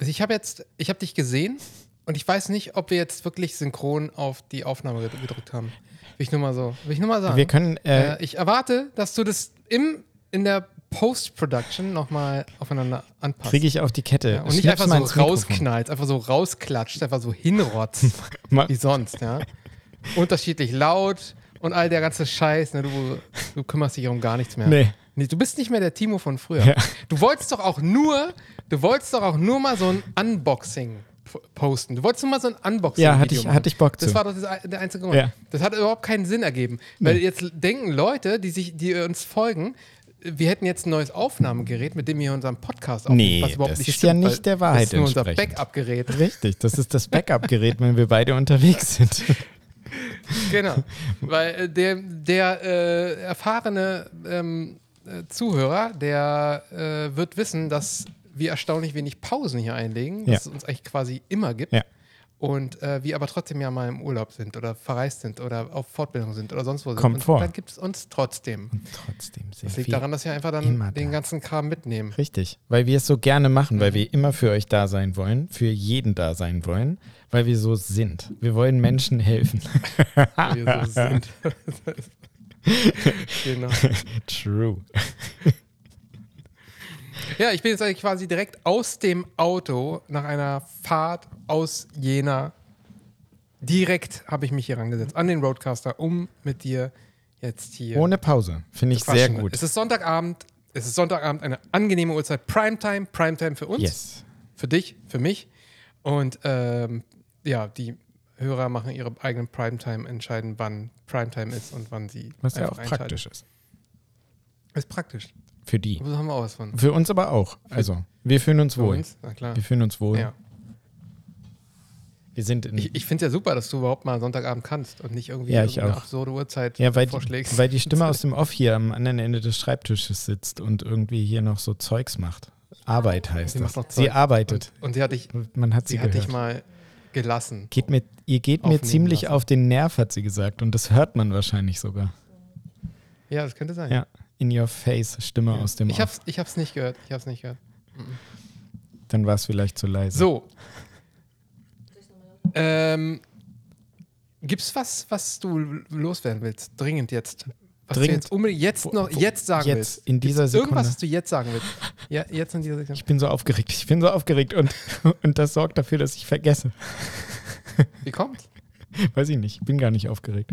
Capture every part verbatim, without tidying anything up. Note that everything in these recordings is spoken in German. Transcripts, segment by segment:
Also ich habe jetzt, ich habe dich gesehen und ich weiß nicht, ob wir jetzt wirklich synchron auf die Aufnahme gedrückt haben. Will ich nur mal so, will ich nur mal sagen. Wir können, äh, äh, ich erwarte, dass du das im, in der Post-Production nochmal aufeinander anpasst. Kriege ich auf die Kette. Ja, und nicht einfach so rausknallst, einfach so rausklatscht, einfach so hinrotzt, wie sonst, ja. Unterschiedlich laut und all der ganze Scheiß, ne? du, du kümmerst dich um gar nichts mehr. Nee. Nee, du bist nicht mehr der Timo von früher. Ja. Du wolltest doch auch nur, du wolltest doch auch nur mal so ein Unboxing posten. Du wolltest nur mal so ein Unboxing Ja, hatte ich, hatte ich Bock zu. Das war doch das, der einzige Grund. Ja. Das hat überhaupt keinen Sinn ergeben. Weil jetzt denken Leute, die sich, die uns folgen, wir hätten jetzt ein neues Aufnahmegerät, mit dem wir unseren Podcast aufnehmen, Nee, was überhaupt das nicht ist stimmt, ja nicht der Wahrheit das ist nur unser entsprechend. Backup-Gerät. Richtig, das ist das Backup-Gerät, wenn wir beide unterwegs sind. Genau, weil äh, der, der äh, erfahrene ähm, äh, Zuhörer, der äh, wird wissen, dass wir erstaunlich wenig Pausen hier einlegen, Ja. dass es uns eigentlich quasi immer gibt. Ja. Und äh, wir aber trotzdem ja mal im Urlaub sind oder verreist sind oder auf Fortbildung sind oder sonst wo sind. Kommt und vor. dann gibt es uns trotzdem. Und trotzdem sind Das liegt wir daran, dass wir einfach immer dann den da. ganzen Kram mitnehmen. Richtig, weil wir es so gerne machen, weil Mhm. wir immer für euch da sein wollen, für jeden da sein wollen, weil wir so sind. Wir wollen Menschen helfen. Weil wir so sind. Genau. True. Ja, ich bin jetzt eigentlich quasi direkt aus dem Auto nach einer Fahrt aus Jena. Direkt habe ich mich hier rangesetzt an den Roadcaster, um mit dir jetzt hier Ohne Pause, finde ich zu sehr quatschen. gut. Es ist Sonntagabend, es ist Sonntagabend, eine angenehme Uhrzeit. Primetime, Primetime für uns, Yes. für dich, für mich. Und ähm, ja, die Hörer machen ihre eigenen Primetime, entscheiden, wann Primetime ist und wann sie Was ja einfach auch einschalten. praktisch ist. Ist praktisch. Für die. Da haben wir auch was von. Für uns aber auch. Also, wir fühlen uns Für wohl. uns? Na klar. Wir fühlen uns wohl. Ja. Wir sind in. Ich, ich finde es ja super, dass du überhaupt mal Sonntagabend kannst und nicht irgendwie Ja, ich eine auch. absurde Uhrzeit ja, weil die, vorschlägst. weil die Stimme aus dem Off hier am anderen Ende des Schreibtisches sitzt und irgendwie hier noch so Zeugs macht. Arbeit heißt Sie das. macht noch Sie Zeug. arbeitet. Und, und sie hat dich, Man hat sie, sie hat gehört. dich mal gelassen. Geht mir, ihr geht mir aufnehmen ziemlich lassen. auf den Nerv, hat sie gesagt. Und das hört man wahrscheinlich sogar. Ja, das könnte sein. Ja, in your face, Stimme aus dem Ich Off. hab's, ich hab's nicht gehört. Ich hab's nicht gehört. Dann war es vielleicht zu leise. So. Ähm, gibt's was, was du loswerden willst? Dringend jetzt. Was Dringend? du jetzt unbedingt jetzt Wo- noch wo- jetzt sagen jetzt, willst. in dieser Gibt's irgendwas, Sekunde? was du jetzt sagen willst? Ja, jetzt in dieser Sekunde. Ich bin so aufgeregt. Ich bin so aufgeregt und, und das sorgt dafür, dass ich vergesse. Wie kommt's? Weiß ich nicht. Ich bin gar nicht aufgeregt.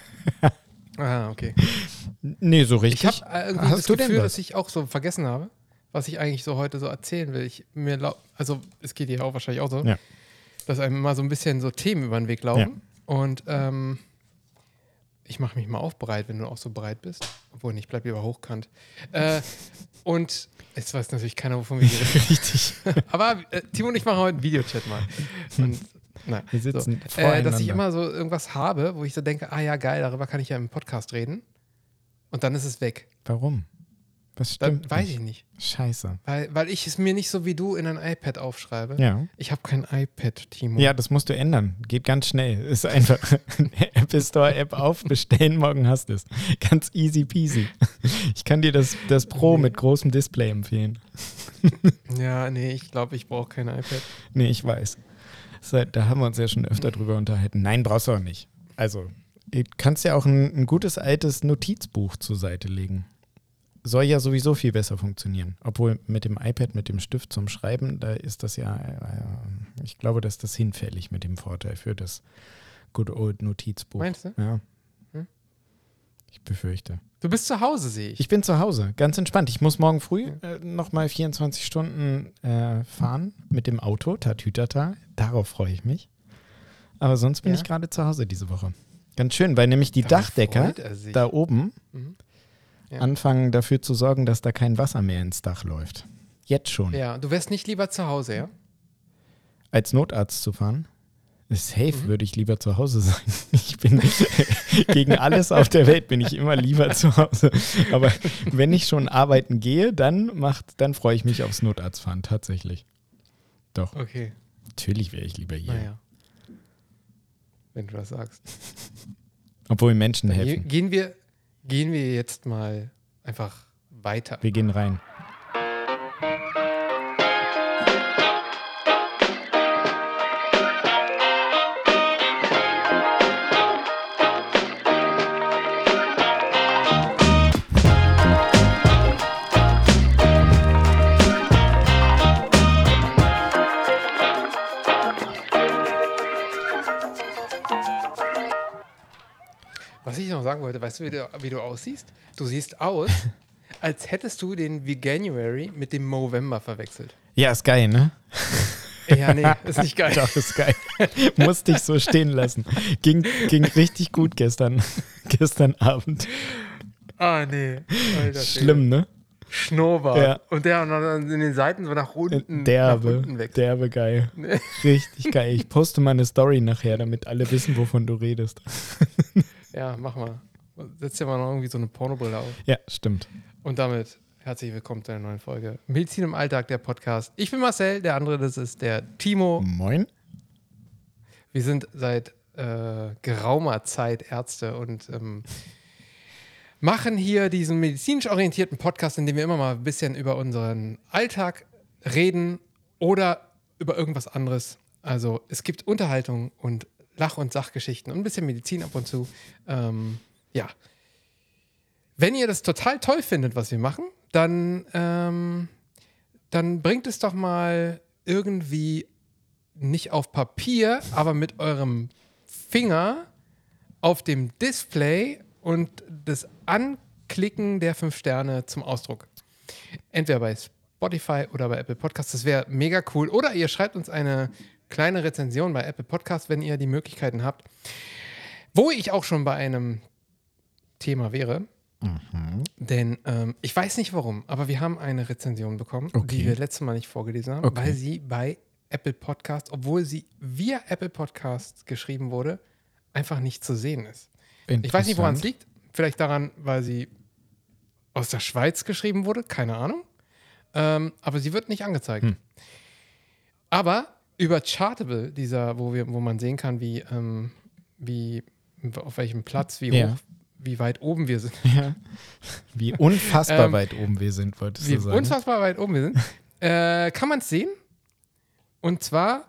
Ah, okay. Nee, so Ich richtig. habe äh, irgendwie Hast das du denn Gefühl, was? dass ich auch so vergessen habe, was ich eigentlich so heute so erzählen will. Ich, mir lau- also es geht dir auch wahrscheinlich auch so, Ja. dass einem immer so ein bisschen so Themen über den Weg laufen. Und ähm, ich mache mich mal auch bereit, wenn du auch so bereit bist. Obwohl nicht, bleib lieber hochkant. Äh, und jetzt weiß natürlich keiner, wovon wir hier reden. Richtig. Aber äh, Timo und ich machen heute einen Videochat mal. Und, nein, Wir sitzen so. äh, dass ich voreinander. immer so irgendwas habe, wo ich so denke, ah ja, geil, darüber kann ich ja im Podcast reden. Und dann ist es weg. Warum? Was Dann stimmt weiß nicht? ich nicht. Scheiße. Weil, weil ich es mir nicht so wie du in ein iPad aufschreibe. Ja. Ich habe kein iPad, Timo. Ja, das musst du ändern. Geht ganz schnell. Ist einfach eine Apple Store App auf, bestellen, morgen hast du es. Ganz easy peasy. Ich kann dir das, das Pro Nee. mit großem Display empfehlen. Ja, nee, ich glaube, ich brauche kein iPad. Nee, ich weiß. So, da haben wir uns ja schon öfter drüber unterhalten. Nein, brauchst du auch nicht. Also, du kannst ja auch ein, ein gutes altes Notizbuch zur Seite legen. Soll ja sowieso viel besser funktionieren. Obwohl mit dem iPad, mit dem Stift zum Schreiben, da ist das ja, äh, ich glaube, dass das hinfällig mit dem Vorteil für das Good Old Notizbuch. Meinst du? Ja. Hm? Ich befürchte. Du bist zu Hause, sehe ich. Ich bin zu Hause, ganz entspannt. Ich muss morgen früh äh, nochmal vierundzwanzig Stunden äh, fahren mit dem Auto, Tatütata. Darauf freue ich mich. Aber sonst bin Ja. ich gerade zu Hause diese Woche. Ganz schön, weil nämlich die Darauf Dachdecker freut er sich. da oben Mhm. Ja. anfangen dafür zu sorgen, dass da kein Wasser mehr ins Dach läuft. Jetzt schon. Ja, du wärst nicht lieber zu Hause, ja? Als Notarzt zu fahren? Safe Mhm. würde ich lieber zu Hause sein. Ich bin gegen alles auf der Welt bin ich immer lieber zu Hause. Aber wenn ich schon arbeiten gehe, dann macht, dann freue ich mich aufs Notarztfahren tatsächlich. Doch, Okay, natürlich wäre ich lieber hier. naja. Wenn du das sagst. Obwohl Menschen Ge- helfen. Gehen wir, gehen wir jetzt mal einfach weiter. Wir gehen rein. sagen wollte, weißt du, wie du, wie du aussiehst? Du siehst aus, als hättest du den Veganuary mit dem Movember verwechselt. Ja, ist geil, ne? Ja, nee, ist nicht geil. Doch, ist geil. Musste ich so stehen lassen. Ging, ging richtig gut gestern, gestern Abend. Ah, nee. Alter, schlimm, ne? Schnurrbart. Ja. Und der in den Seiten so nach unten, derbe, nach unten wächst. Derbe geil. Nee. Richtig geil. Ich poste mal eine Story nachher, damit alle wissen, wovon du redest. Ja, mach mal. Setz dir mal noch irgendwie so eine Pornobrille auf. Ja, stimmt. Und damit herzlich willkommen zu einer neuen Folge Medizin im Alltag, der Podcast. Ich bin Marcel, der andere, das ist der Timo. Moin. Wir sind seit äh, geraumer Zeit Ärzte und ähm, machen hier diesen medizinisch orientierten Podcast, in dem wir immer mal ein bisschen über unseren Alltag reden oder über irgendwas anderes. Also es gibt Unterhaltung und Lach- und Sachgeschichten und ein bisschen Medizin ab und zu. Ähm, ja. Wenn ihr das total toll findet, was wir machen, dann, ähm, dann bringt es doch mal irgendwie nicht auf Papier, aber mit eurem Finger auf dem Display und das Anklicken der fünf Sterne zum Ausdruck. Entweder bei Spotify oder bei Apple Podcasts. Das wäre mega cool. Oder ihr schreibt uns eine kleine Rezension bei Apple Podcasts, wenn ihr die Möglichkeiten habt. Wo ich auch schon bei einem Thema wäre. Mhm. Denn ähm, ich weiß nicht warum, aber wir haben eine Rezension bekommen, okay, die wir letztes Mal nicht vorgelesen haben, okay, weil sie bei Apple Podcasts, obwohl sie via Apple Podcasts geschrieben wurde, einfach nicht zu sehen ist. Ich weiß nicht, woran es liegt. Vielleicht daran, weil sie aus der Schweiz geschrieben wurde. Keine Ahnung. Ähm, aber sie wird nicht angezeigt. Hm. Aber über Chartable, dieser, wo, wir, wo man sehen kann, wie, ähm, wie auf welchem Platz, wie ja. hoch, wie weit oben wir sind. Ja. Wie unfassbar ähm, weit oben wir sind, wolltest du sagen. Wie unfassbar weit oben wir sind. äh, kann man es sehen. Und zwar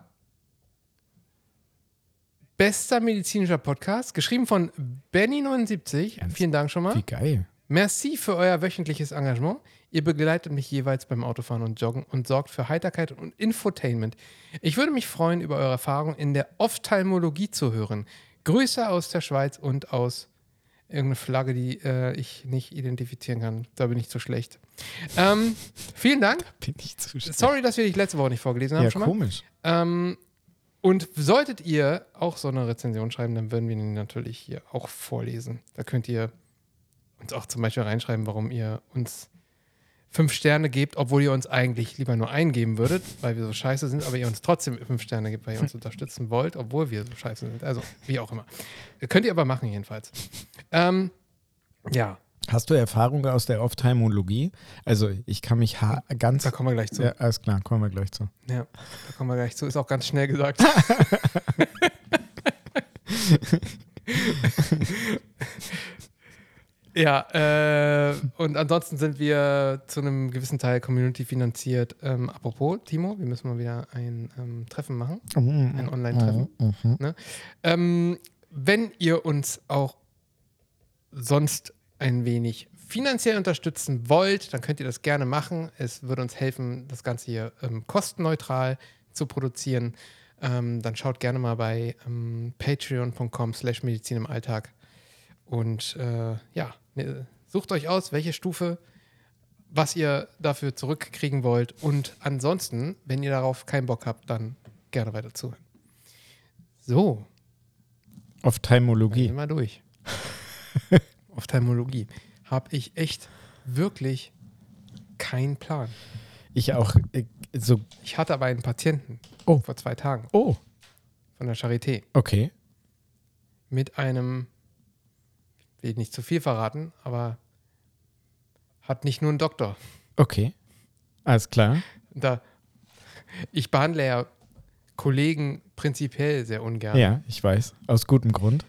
bester medizinischer Podcast, geschrieben von Benny neunundsiebzig. Ernst? Vielen Dank schon mal. Wie geil. Merci für euer wöchentliches Engagement. Ihr begleitet mich jeweils beim Autofahren und Joggen und sorgt für Heiterkeit und Infotainment. Ich würde mich freuen, über eure Erfahrung in der Ophthalmologie zu hören. Grüße aus der Schweiz und aus irgendeiner Flagge, die äh, ich nicht identifizieren kann. Da bin ich zu schlecht. Ähm, vielen Dank. Bin ich zu schlecht. Sorry, dass wir dich letzte Woche nicht vorgelesen haben. Ja, schon mal. Komisch. Ähm, Und solltet ihr auch so eine Rezension schreiben, dann würden wir die natürlich hier auch vorlesen. Da könnt ihr uns auch zum Beispiel reinschreiben, warum ihr uns fünf Sterne gebt, obwohl ihr uns eigentlich lieber nur eingeben würdet, weil wir so scheiße sind, aber ihr uns trotzdem fünf Sterne gebt, weil ihr uns unterstützen wollt, obwohl wir so scheiße sind. Also, wie auch immer. Könnt ihr aber machen, jedenfalls. Ähm, ja. Hast du Erfahrungen aus der Ophthalmologie? Also ich kann mich ha- ganz... Da kommen wir gleich zu. Ja, alles klar, kommen wir gleich zu. Ja, da kommen wir gleich zu. Ist auch ganz schnell gesagt. Ja, äh, und ansonsten sind wir zu einem gewissen Teil Community finanziert. Ähm, apropos, Timo, wir müssen mal wieder ein ähm, Treffen machen. Mhm. Ein Online-Treffen. Mhm. Ne? Ähm, wenn ihr uns auch sonst ein wenig finanziell unterstützen wollt, dann könnt ihr das gerne machen. Es würde uns helfen, das Ganze hier ähm, kostenneutral zu produzieren. Ähm, dann schaut gerne mal bei ähm, patreon.com slash Medizin im Alltag und äh, ja, ne, sucht euch aus, welche Stufe, was ihr dafür zurückkriegen wollt und ansonsten, wenn ihr darauf keinen Bock habt, dann gerne weiter zuhören. So. Ophthalmologie. Dann sind wir durch. Ophthalmologie. Habe ich echt wirklich keinen Plan. Ich auch. Äh, so. Ich hatte aber einen Patienten oh. vor zwei Tagen. Oh. Von der Charité. Okay. Mit einem, ich will nicht zu viel verraten, aber hat nicht nur einen Doktor. Okay. Alles klar. Da, ich behandle ja Kollegen prinzipiell sehr ungern. Ja, ich weiß. Aus gutem Grund.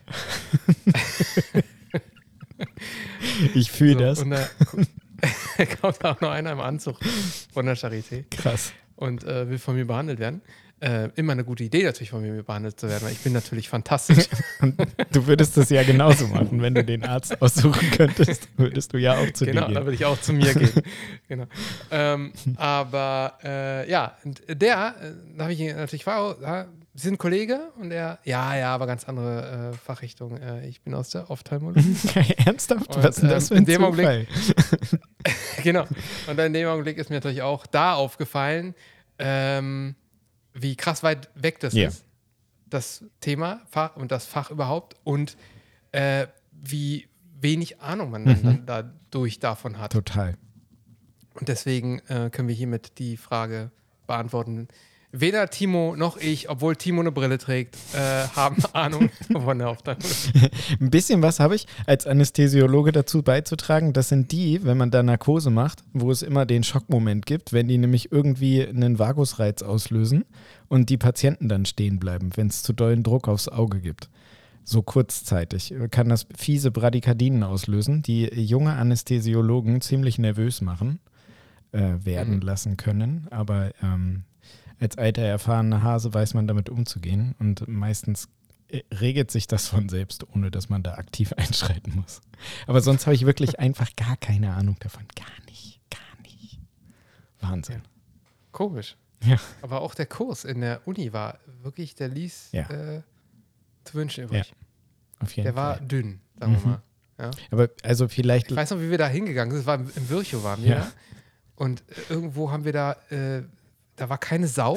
Ich fühle so, das. Und da kommt auch noch einer im Anzug von der Charité. Krass. Und äh, will von mir behandelt werden. Äh, immer eine gute Idee, natürlich von mir behandelt zu werden, weil ich bin natürlich fantastisch. Und du würdest das ja genauso machen, wenn du den Arzt aussuchen könntest, würdest du ja auch zu genau, dir gehen. Genau, dann würde ich auch zu mir gehen. Genau. Ähm, aber äh, ja, der, äh, da habe ich ihn natürlich gefragt, Sie sind Kollege? Und er, ja, ja, aber ganz andere äh, Fachrichtung. Äh, ich bin aus der Ophthalmologie. Ernsthaft? Und, Was ist denn das ähm, für ein in dem Zufall? Genau. Und in dem Augenblick ist mir natürlich auch da aufgefallen, ähm, wie krass weit weg das Ja. ist. Das Thema Fach und das Fach überhaupt und äh, wie wenig Ahnung man dann, Mhm. dann dadurch davon hat. Total. Und deswegen äh, können wir hiermit die Frage beantworten. Weder Timo noch ich, obwohl Timo eine Brille trägt, äh, haben Ahnung von der Ophthalmologie. Ein bisschen was habe ich als Anästhesiologe dazu beizutragen. Das sind die, wenn man da Narkose macht, wo es immer den Schockmoment gibt, wenn die nämlich irgendwie einen Vagusreiz auslösen und die Patienten dann stehen bleiben, wenn es zu dollen Druck aufs Auge gibt. So kurzzeitig kann das fiese Bradykardien auslösen, die junge Anästhesiologen ziemlich nervös machen, äh, werden Mhm. lassen können. Aber ähm, als alter, erfahrener Hase weiß man damit umzugehen und meistens äh, regelt sich das von selbst, ohne dass man da aktiv einschreiten muss. Aber sonst habe ich wirklich einfach gar keine Ahnung davon. Gar nicht, gar nicht. Wahnsinn. Komisch. Ja. Aber auch der Kurs in der Uni war wirklich, der ließ Ja. äh, zu wünschen übrig. Auf jeden Der war Fall. dünn, sagen Mhm. wir mal. Ja. Aber also vielleicht. Ich weiß noch, wie wir da hingegangen sind. Das war im Virchow waren wir. Ja. Da. Und äh, irgendwo haben wir da, äh, da war keine Sau.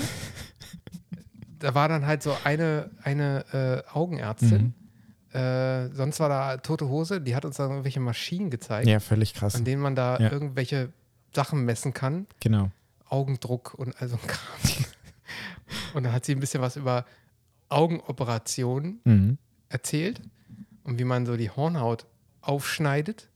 Da war dann halt so eine, eine äh, Augenärztin. Äh, sonst war da tote Hose. Die hat uns dann irgendwelche Maschinen gezeigt, Ja, völlig krass. an denen man da Ja. irgendwelche Sachen messen kann. Genau. Augendruck und also ein Kram. Und dann hat sie ein bisschen was über Augenoperationen Mhm. erzählt und wie man so die Hornhaut aufschneidet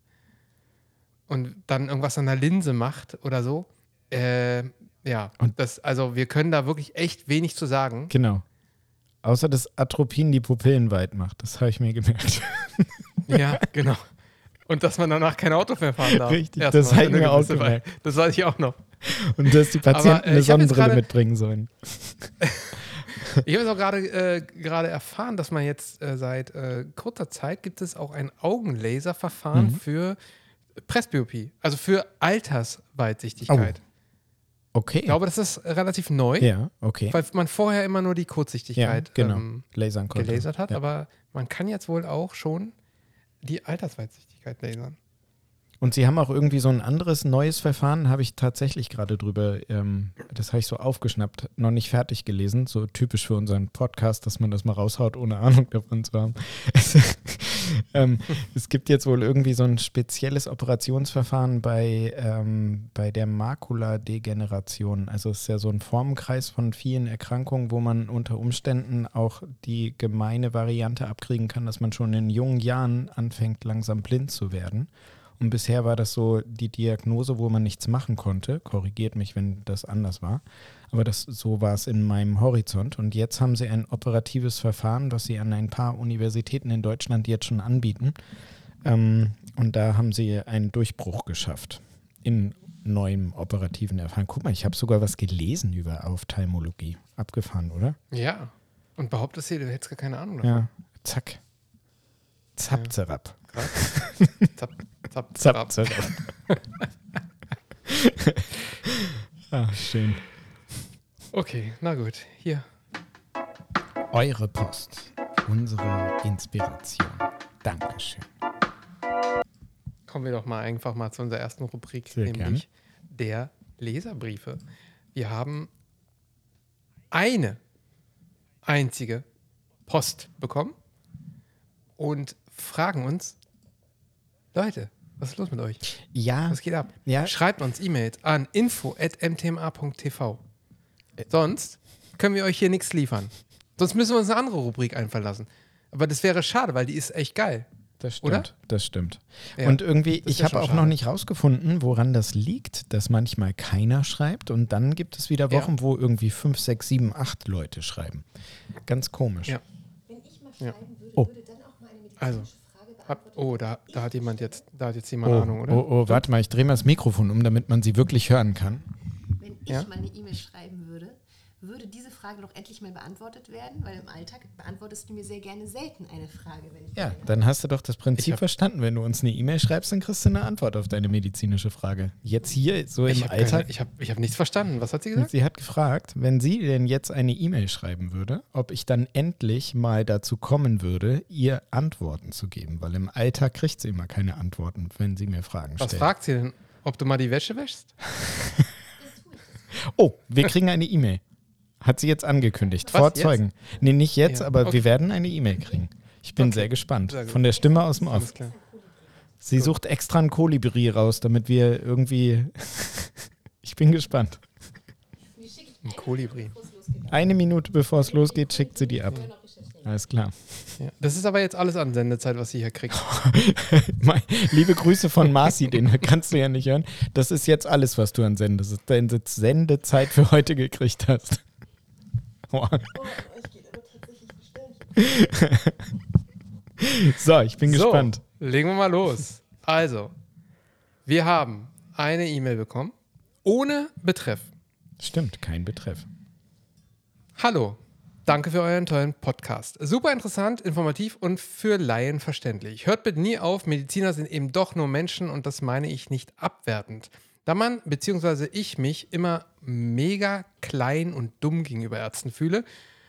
und dann irgendwas an der Linse macht oder so. Äh, ja, Und- das, also wir können da wirklich echt wenig zu sagen. Genau. Außer dass Atropin die Pupillen weit macht. Das habe ich mir gemerkt. Ja, genau. Und dass man danach kein Auto mehr fahren darf. Richtig, Erstmal das habe ich eine mir auch gewisse Weile. gemerkt. Das weiß ich auch noch. Und dass die Patienten Aber, äh, eine ich hab jetzt Sonnenbrille gerade- mitbringen sollen. Ich habe jetzt auch gerade äh, gerade erfahren, dass man jetzt äh, seit äh, kurzer Zeit gibt es auch ein Augenlaserverfahren Mhm. für Presbyopie, also für Altersweitsichtigkeit. Okay. Ich glaube, das ist relativ neu, ja, okay. weil man vorher immer nur die Ja, Kurzsichtigkeit genau. ähm, Lasern konnte. gelasert hat, Ja. aber man kann jetzt wohl auch schon die Altersweitsichtigkeit lasern. Und sie haben auch irgendwie so ein anderes neues Verfahren, habe ich tatsächlich gerade drüber, ähm, das habe ich so aufgeschnappt, noch nicht fertig gelesen, so typisch für unseren Podcast, dass man das mal raushaut, ohne Ahnung davon zu haben. ähm, es gibt jetzt wohl irgendwie so ein spezielles Operationsverfahren bei, ähm, bei der Makuladegeneration. Also es ist ja so ein Formenkreis von vielen Erkrankungen, wo man unter Umständen auch die gemeine Variante abkriegen kann, dass man schon in jungen Jahren anfängt, langsam blind zu werden. Und bisher war das so die Diagnose, wo man nichts machen konnte. Korrigiert mich, wenn das anders war. Aber das, so war es in meinem Horizont. Und jetzt haben sie ein operatives Verfahren, was sie an ein paar Universitäten in Deutschland jetzt schon anbieten. Ähm, und da haben sie einen Durchbruch geschafft in neuem operativen Erfahren. Guck mal, ich habe sogar was gelesen über Ophthalmologie. Abgefahren, oder? Ja. Und behauptest du, du hättest gar keine Ahnung davon. Ja, zack. Zap, Ja. zerab. Krass. Zap, zap, Zap, zap. zerab. Ah, schön. Okay, na gut. Hier. Eure Post. Unsere Inspiration. Dankeschön. Kommen wir doch mal einfach mal zu unserer ersten Rubrik, Sehr nämlich der Leserbriefe. Wir haben eine einzige Post bekommen und fragen uns, Leute, was ist los mit euch? Ja, Was geht ab? ja. Schreibt uns E-Mails an info at m t m a punkt t v. Sonst können wir euch hier nichts liefern. Sonst müssen wir uns eine andere Rubrik einfallen lassen. Aber das wäre schade, weil die ist echt geil. Das stimmt, Oder? das stimmt. Ja, und irgendwie, das ich wär habe schon auch schade. noch nicht rausgefunden, woran das liegt, dass manchmal keiner schreibt und dann gibt es wieder Ja. Wochen, wo irgendwie fünf, sechs, sieben, acht Leute schreiben. Ganz komisch. Ja. Wenn ich mal Ja. schreiben würde, Oh. würde dann auch mal eine medizinische Also, Frage Hab, beantwortet oh, da, da hat jemand jetzt, da hat jetzt jemand Oh, Ahnung, oder? oh, oh, warte mal, ich drehe mal das Mikrofon um, damit man sie wirklich hören kann. Wenn ich Ja? mal eine E-Mail schreiben würde, würde diese Frage doch endlich mal beantwortet werden, weil im Alltag beantwortest du mir sehr gerne selten eine Frage, wenn ich Ja, dir eine dann hast du doch das Prinzip hab- verstanden. Wenn du uns eine E-Mail schreibst, dann kriegst du eine Antwort auf deine medizinische Frage. Jetzt hier, so Ich im habe Alltag. ich hab, ich hab nichts verstanden. Was hat sie gesagt? Sie hat gefragt, wenn sie denn jetzt eine E-Mail schreiben würde, ob ich dann endlich mal dazu kommen würde, ihr Antworten zu geben. Weil im Alltag kriegt sie immer keine Antworten, wenn sie mir Fragen Was stellt. fragt sie denn? Ob du mal die Wäsche wäschst? Oh, wir kriegen eine E-Mail. Hat sie jetzt angekündigt. Was, Vor jetzt? Zeugen. Nee, nicht jetzt, Ja, aber okay. wir werden eine E-Mail kriegen. Ich bin Okay. sehr gespannt. Sehr gut. Von der Stimme aus dem Off. Alles klar. Sie Gut. sucht extra einen Kolibri raus, damit wir irgendwie. Ich bin gespannt. Die schicke ich Ein Kolibri. bevor es losgeht. Eine Minute bevor es losgeht, schickt sie die ab. Ich will noch recherchieren. Alles klar. Ja. Das ist aber jetzt alles an Sendezeit, was sie hier kriegt. Mein- Liebe Grüße von Marci, den kannst du ja nicht hören. Das ist jetzt alles, was du an Sende- das ist deine Sendezeit für heute gekriegt hast. Oh. Oh, ich gehe aber tatsächlich bestellen. So, ich bin so, gespannt. legen wir mal los. Also, wir haben eine E-Mail bekommen, ohne Betreff. Stimmt, kein Betreff. Hallo, danke für euren tollen Podcast. Super interessant, informativ und für Laien verständlich. Hört bitte nie auf, Mediziner sind eben doch nur Menschen und das meine ich nicht abwertend. Da man bzw. ich mich immer mega klein und dumm gegenüber Ärzten fühle.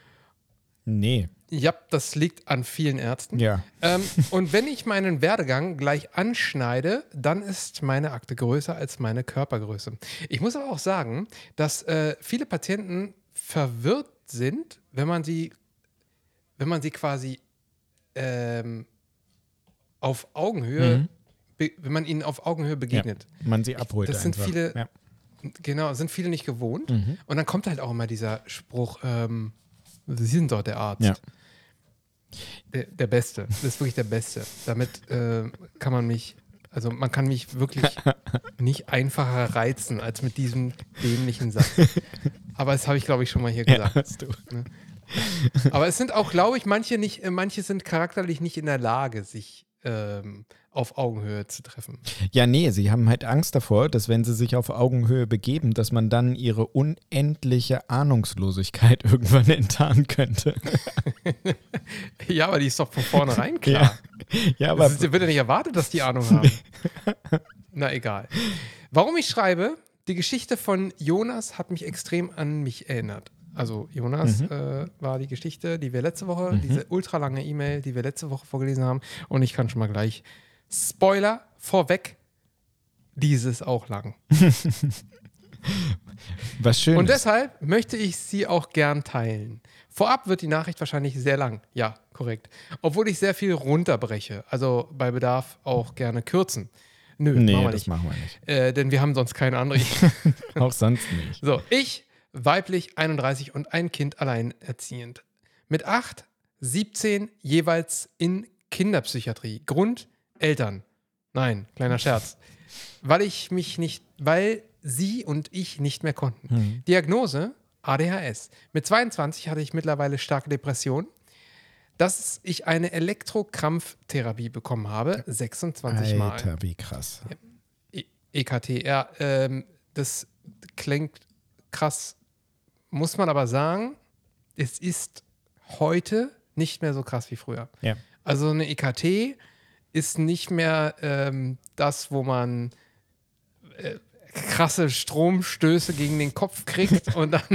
Nee, Ja, das liegt an vielen Ärzten. ja. Ähm, und wenn ich meinen Werdegang gleich anschneide, dann ist meine Akte größer als meine Körpergröße. Ich muss aber auch sagen, dass äh, viele Patienten verwirrt sind, wenn man sie, wenn man sie quasi ähm, auf Augenhöhe, Mhm. be- wenn man ihnen auf Augenhöhe begegnet. Man sie abholt Das sind einfach. viele- Ja. Genau, sind viele nicht gewohnt. Mhm. Und dann kommt halt auch immer dieser Spruch, ähm, Sie sind doch der Arzt. Ja. Der, der Beste. Das ist wirklich der Beste. Damit äh, kann man mich, also man kann mich wirklich nicht einfacher reizen als mit diesem dämlichen Satz. Aber das habe ich, glaube ich, schon mal hier Ja, gesagt. hast du. Aber es sind auch, glaube ich, manche nicht, äh, manche sind charakterlich nicht in der Lage, sich ähm, auf Augenhöhe zu treffen. Ja, nee, sie haben halt Angst davor, dass wenn sie sich auf Augenhöhe begeben, dass man dann ihre unendliche Ahnungslosigkeit irgendwann enttarnen könnte. Ja, aber die ist doch von vornherein klar. Ja, aber Es ist- wird ja nicht erwartet, dass die Ahnung haben. Na egal. Warum ich schreibe, die Geschichte von Jonas hat mich extrem an mich erinnert. Also Jonas Mhm. äh, war die Geschichte, die wir letzte Woche, Mhm. diese ultralange E-Mail, die wir letzte Woche vorgelesen haben. Und ich kann schon mal gleich Spoiler vorweg, diese ist auch lang. was schön Und ist. deshalb möchte ich sie auch gern teilen. Vorab wird die Nachricht wahrscheinlich sehr lang. Ja, korrekt. Obwohl ich sehr viel runterbreche. Also bei Bedarf auch gerne kürzen. Nö, Nee, machen wir das nicht. machen wir nicht. Äh, denn wir haben sonst keine andere. Auch sonst nicht. So, ich, weiblich, einunddreißig und ein Kind alleinerziehend. Mit acht, siebzehn jeweils in Kinderpsychiatrie. Grund, Eltern. Nein, kleiner Scherz. Weil ich mich nicht, weil sie und ich nicht mehr konnten. Hm. Diagnose, A D H S. Mit zweiundzwanzig hatte ich mittlerweile starke Depression. Dass ich eine Elektrokrampftherapie bekommen habe, sechsundzwanzig Mal. Alter, wie krass. E- EKT, ja, ähm, das klingt krass, muss man aber sagen, es ist heute nicht mehr so krass wie früher. Ja. Also eine E K T ist nicht mehr ähm, das, wo man äh, krasse Stromstöße gegen den Kopf kriegt und dann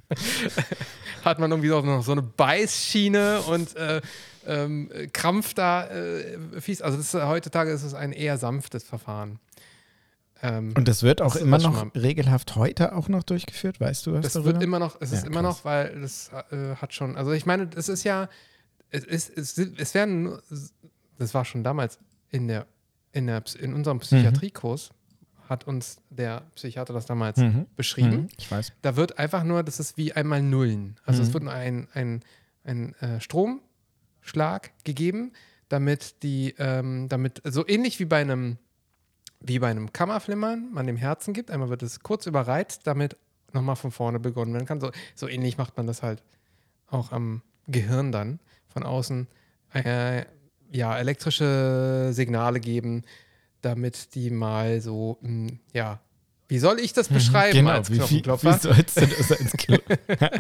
hat man irgendwie auch noch so eine Beißschiene und äh, ähm, Krampf da äh, fies. Also das ist, heutzutage ist es ein eher sanftes Verfahren. Ähm, Und das wird auch Das ist immer das schon noch mal- regelhaft heute auch noch durchgeführt, weißt du was das darüber? wird immer noch, es ist Ja, immer krass. noch, weil das äh, hat schon, also ich meine, es ist ja, es, ist, es, sind- es werden, nur- das war schon damals in der, in der, in unserem Psychiatriekurs, hat uns der Psychiater das damals Mhm. beschrieben. Mhm, ich weiß. Da wird einfach nur, das ist wie einmal Nullen. Also Mhm. es wird nur ein, ein, ein äh, Stromschlag gegeben, damit die, ähm, damit, so ähnlich wie bei einem, wie bei einem Kammerflimmern man dem Herzen gibt. Einmal wird es kurz überreizt, damit nochmal von vorne begonnen werden kann. So, so ähnlich macht man das halt auch am Gehirn dann von außen. Äh, ja, elektrische Signale geben, damit die mal so, mh, ja, Wie soll ich das beschreiben genau, als wie, Knochenklopfer? Wie, wie sollst du das als Knopf?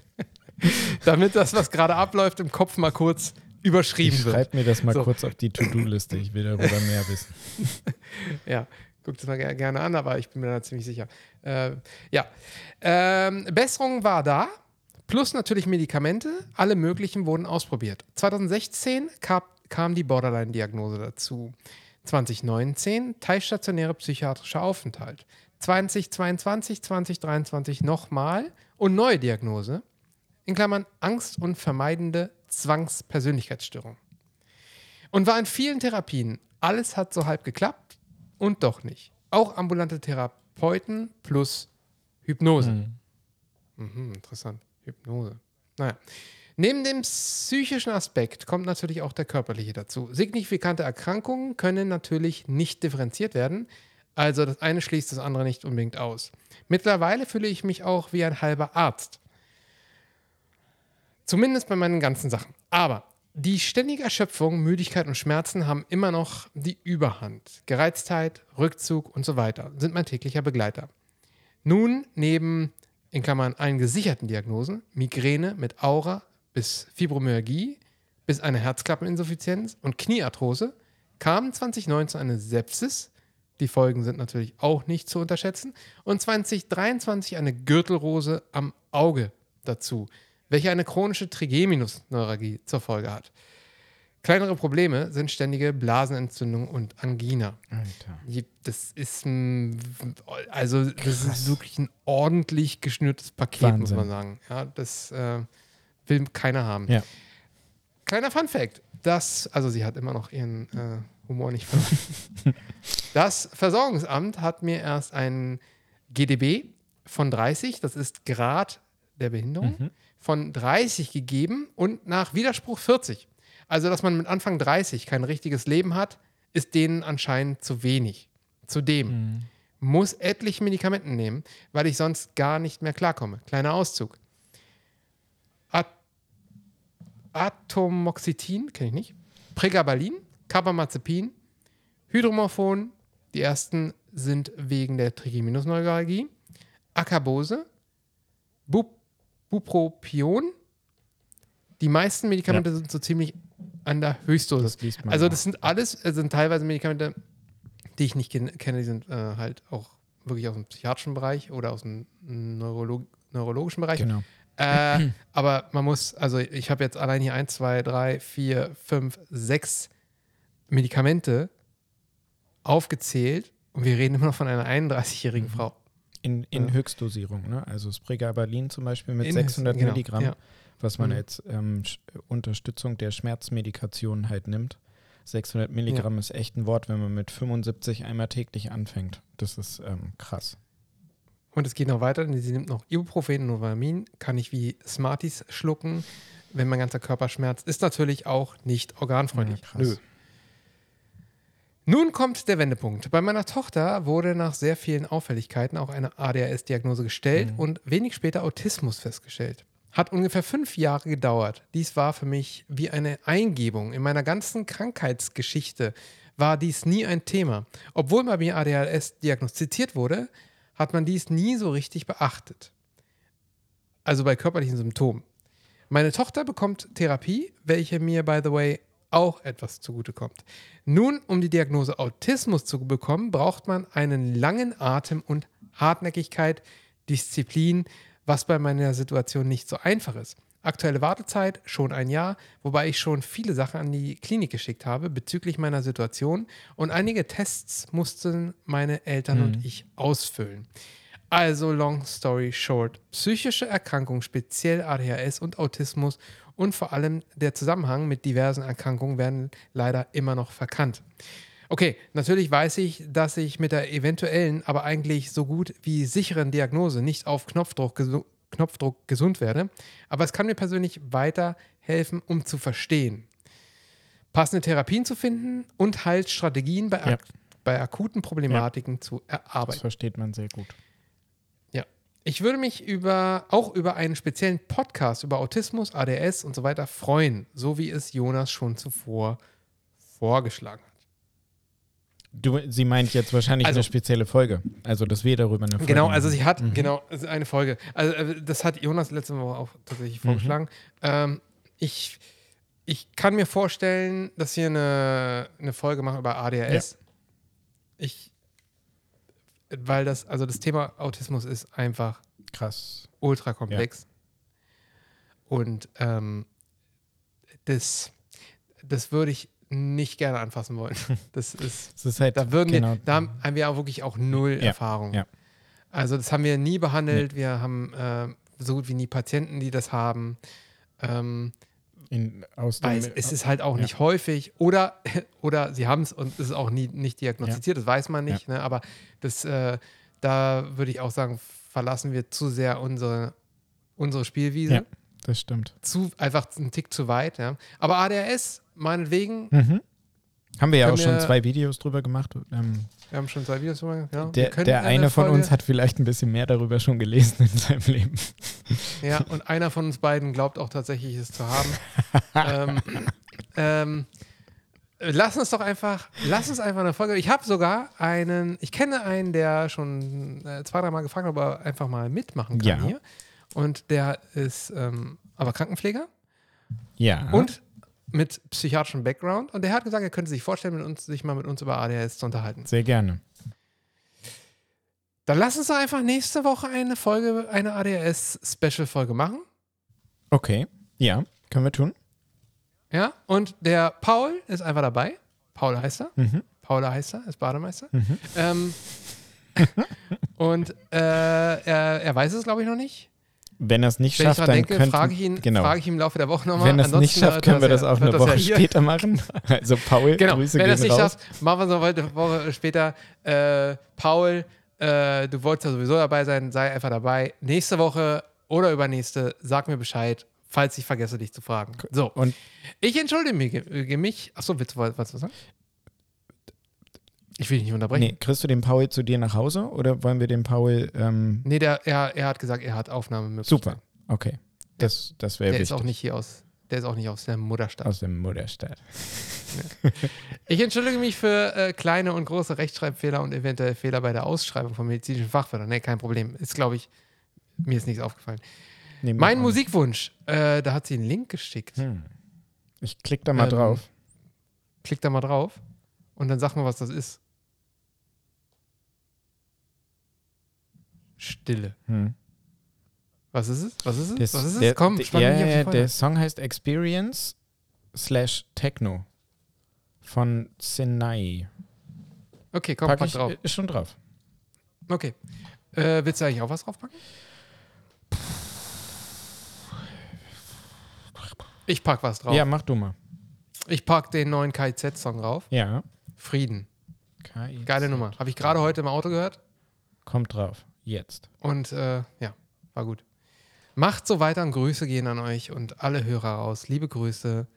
Damit das, was gerade abläuft, im Kopf mal kurz überschrieben Ich wird. schreib mir das mal So. kurz auf die To-Do-Liste. Ich will darüber mehr wissen. Ja, guck das mal ger- gerne an, aber ich bin mir da ziemlich sicher. Äh, ja, ähm, Besserung war da, plus natürlich Medikamente. Alle möglichen wurden ausprobiert. zwanzig sechzehn kam, kam die Borderline-Diagnose dazu. zwanzig neunzehn teilstationäre psychiatrischer Aufenthalt. zwanzig zweiundzwanzig, zwanzig dreiundzwanzig nochmal und neue Diagnose, in Klammern Angst und vermeidende Zwangspersönlichkeitsstörung. Und war in vielen Therapien. Alles hat so halb geklappt und doch nicht. Auch ambulante Therapeuten plus Hypnose. Mhm. Mhm, interessant. Hypnose. Naja. Neben dem psychischen Aspekt kommt natürlich auch der körperliche dazu. Signifikante Erkrankungen können natürlich nicht differenziert werden. Also das eine schließt das andere nicht unbedingt aus. Mittlerweile fühle ich mich auch wie ein halber Arzt. Zumindest bei meinen ganzen Sachen. Aber die ständige Erschöpfung, Müdigkeit und Schmerzen haben immer noch die Überhand. Gereiztheit, Rückzug und so weiter sind mein täglicher Begleiter. Nun neben, in Klammern, allen gesicherten Diagnosen, Migräne mit Aura bis Fibromyalgie bis eine Herzklappeninsuffizienz und Kniearthrose, kam zwanzig neunzehn eine Sepsis, die Folgen sind natürlich auch nicht zu unterschätzen, und zwanzig dreiundzwanzig eine Gürtelrose am Auge dazu, welche eine chronische Trigeminusneuralgie zur Folge hat. Kleinere Probleme sind ständige Blasenentzündung und Angina. Alter. Das ist ein, also das Krass. ist wirklich ein ordentlich geschnürtes Paket, Wahnsinn. muss man sagen. Ja, das äh, will keiner haben. Ja. Kleiner Funfact, das, also sie hat immer noch ihren äh, Humor nicht verloren. Das Versorgungsamt hat mir erst ein G D B von dreißig, das ist Grad der Behinderung, Mhm. von dreißig gegeben und nach Widerspruch vierzig. Also, dass man mit Anfang dreißig kein richtiges Leben hat, ist denen anscheinend zu wenig. Zudem Mhm. muss etliche Medikamente nehmen, weil ich sonst gar nicht mehr klarkomme. Kleiner Auszug. At Atomoxetin, kenne ich nicht. Pregabalin, Carbamazepin, Hydromorphon, die ersten sind wegen der Trigeminusneuralgie, Acarbose, Bub Bupropion. Die meisten Medikamente Ja. sind so ziemlich an der Höchstdosis. Das liest man Also auch. das sind alles, äh, sind teilweise Medikamente, die ich nicht ken- kenne, die sind äh, halt auch wirklich aus dem psychiatrischen Bereich oder aus dem Neurolog neurologischen Bereich. Genau. Äh, aber man muss, also ich habe jetzt allein hier eins, zwei, drei, vier, fünf, sechs Medikamente aufgezählt und wir reden immer noch von einer einunddreißigjährigen Mhm. Frau. In, in Ja. Höchstdosierung, ne? Also Spregabalin zum Beispiel mit In- sechshundert genau, Milligramm, ja. was man Mhm. als ähm, Sch- Unterstützung der Schmerzmedikation halt nimmt. sechshundert Milligramm ist echt ein Wort, wenn man mit fünfundsiebzig einmal täglich anfängt. Das ist ähm, krass. Und es geht noch weiter, denn sie nimmt noch Ibuprofen und Novamin, kann ich wie Smarties schlucken, wenn mein ganzer Körper schmerzt. Ist natürlich auch nicht organfreundlich. Ja, krass. Nö. Nun kommt der Wendepunkt. Bei meiner Tochter wurde nach sehr vielen Auffälligkeiten auch eine A D H S-Diagnose gestellt Mhm. und wenig später Autismus festgestellt. Hat ungefähr fünf Jahre gedauert. Dies war für mich wie eine Eingebung. In meiner ganzen Krankheitsgeschichte war dies nie ein Thema. Obwohl bei mir A D H S diagnostiziert wurde, hat man dies nie so richtig beachtet. Also bei körperlichen Symptomen. Meine Tochter bekommt Therapie, welche mir, by the way, auch etwas zugutekommt. Nun, um die Diagnose Autismus zu bekommen, braucht man einen langen Atem und Hartnäckigkeit, Disziplin, was bei meiner Situation nicht so einfach ist. Aktuelle Wartezeit schon ein Jahr, wobei ich schon viele Sachen an die Klinik geschickt habe bezüglich meiner Situation und einige Tests mussten meine Eltern Mhm. und ich ausfüllen. Also long story short, psychische Erkrankungen, speziell A D H S und Autismus und vor allem der Zusammenhang mit diversen Erkrankungen werden leider immer noch verkannt. Okay, natürlich weiß ich, dass ich mit der eventuellen, aber eigentlich so gut wie sicheren Diagnose nicht auf Knopfdruck, gesu Knopfdruck gesund werde, aber es kann mir persönlich weiterhelfen, um zu verstehen, passende Therapien zu finden und Heilstrategien bei, Ja. ak bei akuten Problematiken zu erarbeiten. Das versteht man sehr gut. Ich würde mich über, auch über einen speziellen Podcast über Autismus, A D H S und so weiter freuen, so wie es Jonas schon zuvor vorgeschlagen hat. Du, sie meint jetzt wahrscheinlich Also- eine spezielle Folge. Also, dass wir darüber eine Folge Genau, also sie hat, Mhm. genau, also eine Folge. Also äh, das hat Jonas letzte Woche auch tatsächlich vorgeschlagen. Ähm, ich, ich kann mir vorstellen, dass wir eine, eine Folge machen über A D H S. Ich, weil das, also das Thema Autismus ist einfach Krass. ultra komplex. Und ähm, das, das würde ich nicht gerne anfassen wollen. Das ist, Das ist halt, da würden genau, wir, da haben wir auch wirklich auch null Ja, Erfahrung. ja. Also das haben wir nie behandelt. Wir haben äh, so gut wie nie Patienten, die das haben. Ähm, in, aus dem, weil es, es ist halt auch ja. nicht häufig. Oder, oder sie haben es und es ist auch nie, nicht diagnostiziert, das weiß man nicht. Ne? Aber das, äh, da würde ich auch sagen, verlassen wir zu sehr unsere, unsere Spielwiese. Ja, das stimmt. Zu, einfach einen Tick zu weit. Ja? Aber A D H S, meinetwegen, Mhm. Haben wir ja Können auch schon wir- zwei Videos drüber gemacht. Ähm, wir haben schon zwei Videos gemacht. Ja? Wir der können der eine von Folge- uns hat vielleicht ein bisschen mehr darüber schon gelesen in seinem Leben. Ja, und einer von uns beiden glaubt auch tatsächlich, es zu haben. ähm, ähm, lass uns doch einfach, lass uns einfach eine Folge. Ich habe sogar einen, ich kenne einen, der schon äh, zwei, dreimal gefragt hat, ob er einfach mal mitmachen kann Ja. hier. Und der ist ähm, aber Krankenpfleger Ja. und mit psychiatrischem Background. Und der hat gesagt, er könnte sich vorstellen, mit uns, sich mal mit uns über A D H S zu unterhalten. Sehr gerne. Dann lass uns doch einfach nächste Woche eine Folge, eine A D H S-Special-Folge machen. Okay. Ja, können wir tun. Ja, und der Paul ist einfach dabei. Paul heißt er. Mhm. Paul heißt er, ist Bademeister. Mhm. Ähm, und äh, er, er weiß es, glaube ich, noch nicht. Wenn er es nicht Wenn ich schafft, dran dann denke, könnten, frage ich, ihn, genau. frage ich ihn im Laufe der Woche nochmal. Wenn er es nicht schafft, können wir das auch eine Woche hier. später machen. Also Paul, Genau, Grüße wenn er gehen es nicht raus. schafft, machen wir es noch eine Woche später. Äh, Paul, äh, du wolltest ja sowieso dabei sein, sei einfach dabei. Nächste Woche oder übernächste, sag mir Bescheid, falls ich vergesse, dich zu fragen. So, Und ich entschuldige mich. mich achso, willst du was du sagen? Ich will dich nicht unterbrechen. nee, kriegst du den Paul zu dir nach Hause oder wollen wir den Paul ähm, Nee, der, er, er hat gesagt, er hat Aufnahmemöglichkeiten. super. Okay. Das, das wäre Der wichtig. ist auch nicht hier aus, der ist auch nicht aus der Mutterstadt. Aus dem Mutterstadt. Ich entschuldige mich für äh, kleine und große Rechtschreibfehler und eventuell Fehler bei der Ausschreibung von medizinischen Fachwörtern. Nee, kein Problem. Ist, glaube ich, mir ist nichts aufgefallen. Nee, mir Mein auch Musikwunsch, äh, da hat sie einen Link geschickt. nicht. Hm. Ich klick da mal Ähm, drauf. Klick da mal drauf und dann sag mal, was das ist. Stille. Hm. Was ist es? Was ist es? Das- was ist es? der, Komm, der, spann ja, mich auf die ja, Folter. der Song heißt Experience slash Techno von Sinai. Okay, komm, Pack pack ich, drauf. Ist schon drauf. Okay. Äh, willst du eigentlich auch was draufpacken? Ich pack was drauf. Ja, mach du mal. Ich pack den neuen K I Z-Song drauf. Ja. Frieden. K I Z. Geile Nummer. Habe ich gerade heute im Auto gehört. Kommt drauf. Jetzt. Und äh, ja, war gut. Macht so weiter und Grüße gehen an euch und alle Hörer raus. Liebe Grüße,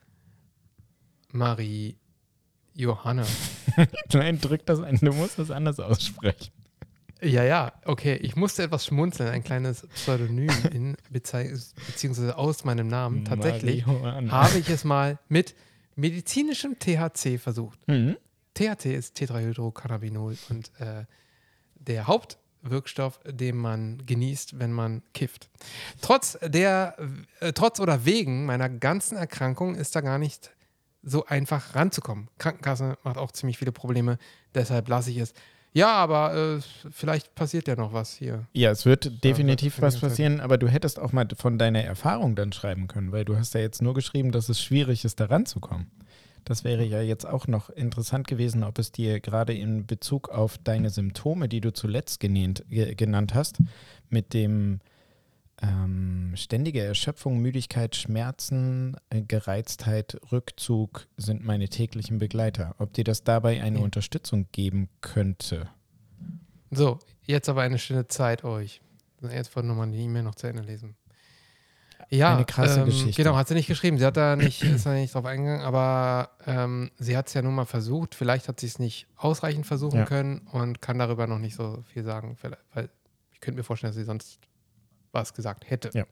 Marie Johanna. Nein, drück das ein. Du musst das anders aussprechen. Ja, ja, okay. Ich musste etwas schmunzeln. Ein kleines Pseudonym in Bezei beziehungsweise aus meinem Namen. Tatsächlich Marihuana. habe ich es mal mit medizinischem T H C versucht. Mhm. T H C ist Tetrahydrocannabinol und äh, der Hauptwirkstoff, den man genießt, wenn man kifft. Trotz der, äh, trotz oder wegen meiner ganzen Erkrankung ist da gar nicht so einfach ranzukommen. Krankenkasse macht auch ziemlich viele Probleme, deshalb lasse ich es. Ja, aber äh, vielleicht passiert ja noch was hier. Ja, es wird definitiv wird was die ganze passieren, aber du hättest auch mal von deiner Erfahrung dann schreiben können, weil du hast ja jetzt nur geschrieben, dass es schwierig ist, da ranzukommen. Das wäre ja jetzt auch noch interessant gewesen, ob es dir gerade in Bezug auf deine Symptome, die du zuletzt genannt, ge genannt hast, mit dem ähm, ständige Erschöpfung, Müdigkeit, Schmerzen, äh, Gereiztheit, Rückzug sind meine täglichen Begleiter. Ob dir das dabei eine Ja. Unterstützung geben könnte? So, jetzt aber eine schöne Zeit euch. Jetzt wollte nochmal die E-Mail noch zu Ende lesen. Ja, Eine krasse ähm, Geschichte. Genau, hat sie nicht geschrieben. Sie hat da nicht, ist da nicht drauf eingegangen, aber ähm, sie hat es ja nun mal versucht. Vielleicht hat sie es nicht ausreichend versuchen Ja. können und kann darüber noch nicht so viel sagen, vielleicht, weil ich könnte mir vorstellen, dass sie sonst was gesagt hätte. Ja.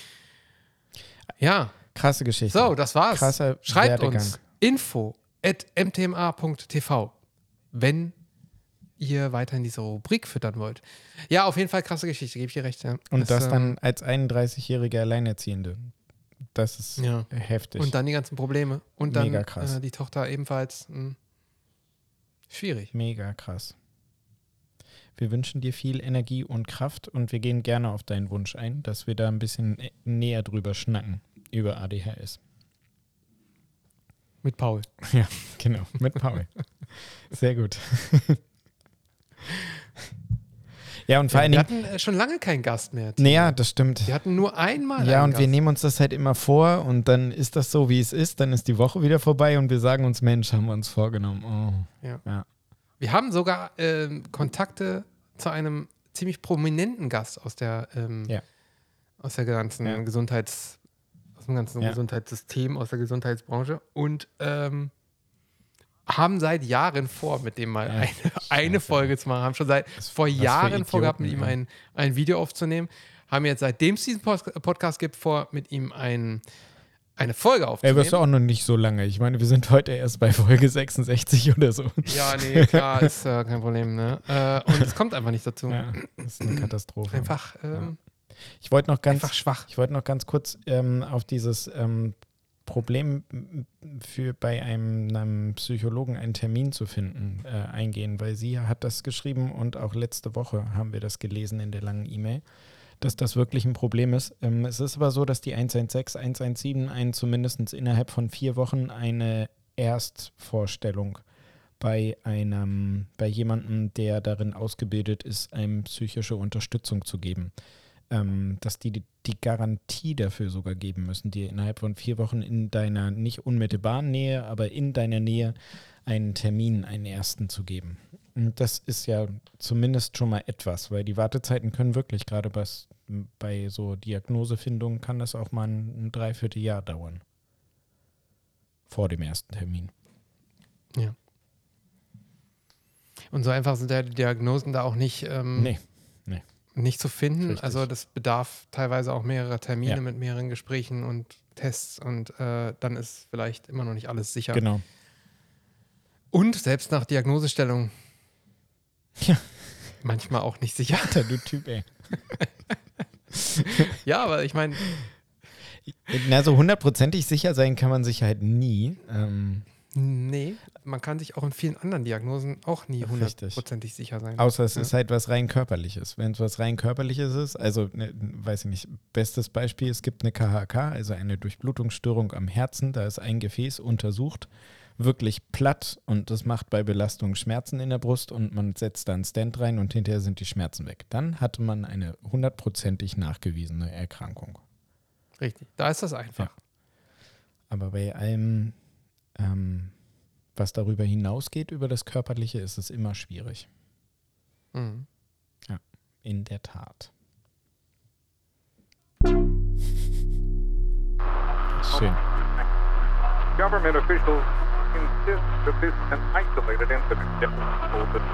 Ja, Krasse Geschichte. so, das war's. Krasser Schreibt Werdegang. uns info at m t m a punkt t v. wenn ihr weiterhin diese Rubrik füttern wollt. Ja, auf jeden Fall krasse Geschichte, gebe ich dir recht. Ja. Und das, das dann ähm, als einunddreißigjährige Alleinerziehende. Das ist ja. heftig. Und dann die ganzen Probleme. Und dann Mega krass. Äh, die Tochter ebenfalls. Mh, schwierig. Mega krass. Wir wünschen dir viel Energie und Kraft und wir gehen gerne auf deinen Wunsch ein, dass wir da ein bisschen näher drüber schnacken, über A D H S. Mit Paul. Ja, genau, mit Paul. Sehr gut. Ja, und vor Ja, allen wir Dingen. hatten äh, schon lange keinen Gast mehr. Naja, das stimmt. Wir hatten nur einmal Ja, einen und Gast. wir nehmen uns das halt immer vor und dann ist das so, wie es ist. Dann ist die Woche wieder vorbei und wir sagen uns, Mensch, haben wir uns vorgenommen. Oh. Ja. Ja. Wir haben sogar ähm, Kontakte zu einem ziemlich prominenten Gast aus der, ähm, Ja. aus der ganzen Ja. Gesundheits, aus dem ganzen Ja. Gesundheitssystem, aus der Gesundheitsbranche und ähm, haben seit Jahren vor, mit dem mal Ja, eine, eine Folge zu machen. Haben schon seit Was- vor was für Jahren vorgehabt, mit ihm Idioten, ein, ein Video aufzunehmen. Haben jetzt, seitdem es diesen Post- Podcast gibt, vor, mit ihm ein, eine Folge Ey, aufzunehmen. wirst du auch noch nicht so lange. Ich meine, wir sind heute erst bei Folge sechsundsechzig oder so. Ja, nee, klar, ist äh, kein Problem. Ne? Äh, und es kommt einfach nicht dazu. Ja, das ist eine Katastrophe. Einfach, ähm, Ich wollte noch ganz, einfach schwach. ich wollte noch ganz kurz ähm, auf dieses ähm, Problem für bei einem, einem Psychologen einen Termin zu finden äh, eingehen, weil sie hat das geschrieben und auch letzte Woche haben wir das gelesen in der langen E-Mail, dass das wirklich ein Problem ist. Ähm, es ist aber so, dass die eins eins sechs, eins eins sieben einen zumindest innerhalb von vier Wochen eine Erstvorstellung bei einem, bei jemandem, der darin ausgebildet ist, einem psychische Unterstützung zu geben. Ähm, dass die, die die Garantie dafür sogar geben müssen, dir innerhalb von vier Wochen in deiner nicht unmittelbaren Nähe, aber in deiner Nähe einen Termin, einen ersten zu geben. Und das ist ja zumindest schon mal etwas, weil die Wartezeiten können wirklich, gerade bei, bei so Diagnosefindungen, kann das auch mal ein, ein Dreivierteljahr dauern. Vor dem ersten Termin. Ja. Und so einfach sind ja die Diagnosen da auch nicht, ähm, Nee. nicht zu finden. Richtig. Also das bedarf teilweise auch mehrerer Termine Ja. mit mehreren Gesprächen und Tests und äh, dann ist vielleicht immer noch nicht alles sicher. Genau. Und selbst nach Diagnosestellung Ja. manchmal auch nicht sicher. Alter, du Typ, ey. Ja, aber ich meine, Na, so hundertprozentig sicher sein kann man sich halt nie. Ähm, nee, man kann sich auch in vielen anderen Diagnosen auch nie Richtig. hundertprozentig sicher sein. Außer es Ja. ist halt was rein Körperliches. Wenn es was rein Körperliches ist, also, ne, weiß ich nicht, bestes Beispiel, es gibt eine K H K, also eine Durchblutungsstörung am Herzen, da ist ein Gefäß untersucht, wirklich platt und das macht bei Belastung Schmerzen in der Brust und man setzt da einen Stent rein und hinterher sind die Schmerzen weg. Dann hatte man eine hundertprozentig nachgewiesene Erkrankung. Richtig, da ist das einfach. Aber bei allem, ähm, was darüber hinausgeht, über das Körperliche, ist es immer schwierig. Mhm. In der Tat. Schön. Government officials insist that this is an isolated incident. So the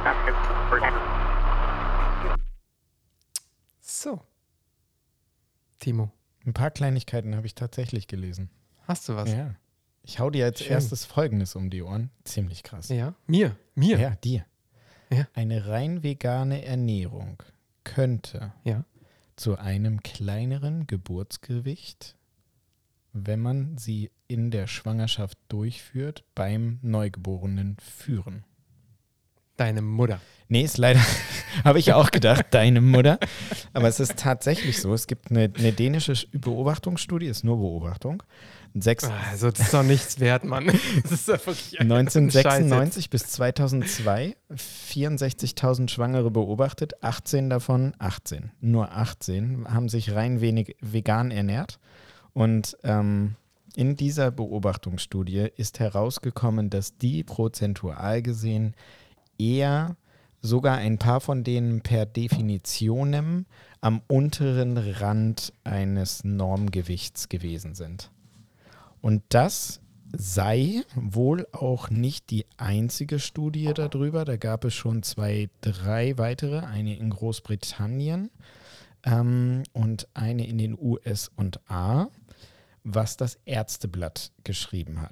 So. Timo, Ein paar Kleinigkeiten habe ich tatsächlich gelesen. hast du was? Ja. Ich hau dir als Schön. erstes Folgendes um die Ohren. Ziemlich krass. Ja? Mir? Mir? Ja, dir. Ja. Eine rein vegane Ernährung könnte Ja. zu einem kleineren Geburtsgewicht, wenn man sie in der Schwangerschaft durchführt, beim Neugeborenen führen. Deine Mutter. Nee, ist leider, habe ich auch gedacht, deine Mutter. Aber es ist tatsächlich so. Es gibt eine, eine dänische Beobachtungsstudie, ist nur Beobachtung. Sechs, Also, das ist doch nichts wert, Mann. Das ist doch wirklich neunzehnhundertsechsundneunzig bis zweitausendzwei vierundsechzigtausend Schwangere beobachtet, achtzehn davon, achtzehn, nur achtzehn haben sich rein wenig vegan ernährt. Und ähm, in dieser Beobachtungsstudie ist herausgekommen, dass die prozentual gesehen eher sogar ein paar von denen per Definitionem am unteren Rand eines Normgewichts gewesen sind. Und das sei wohl auch nicht die einzige Studie darüber. Da gab es schon zwei, drei weitere, eine in Großbritannien ähm, und eine in den U S und A, was das Ärzteblatt geschrieben hat.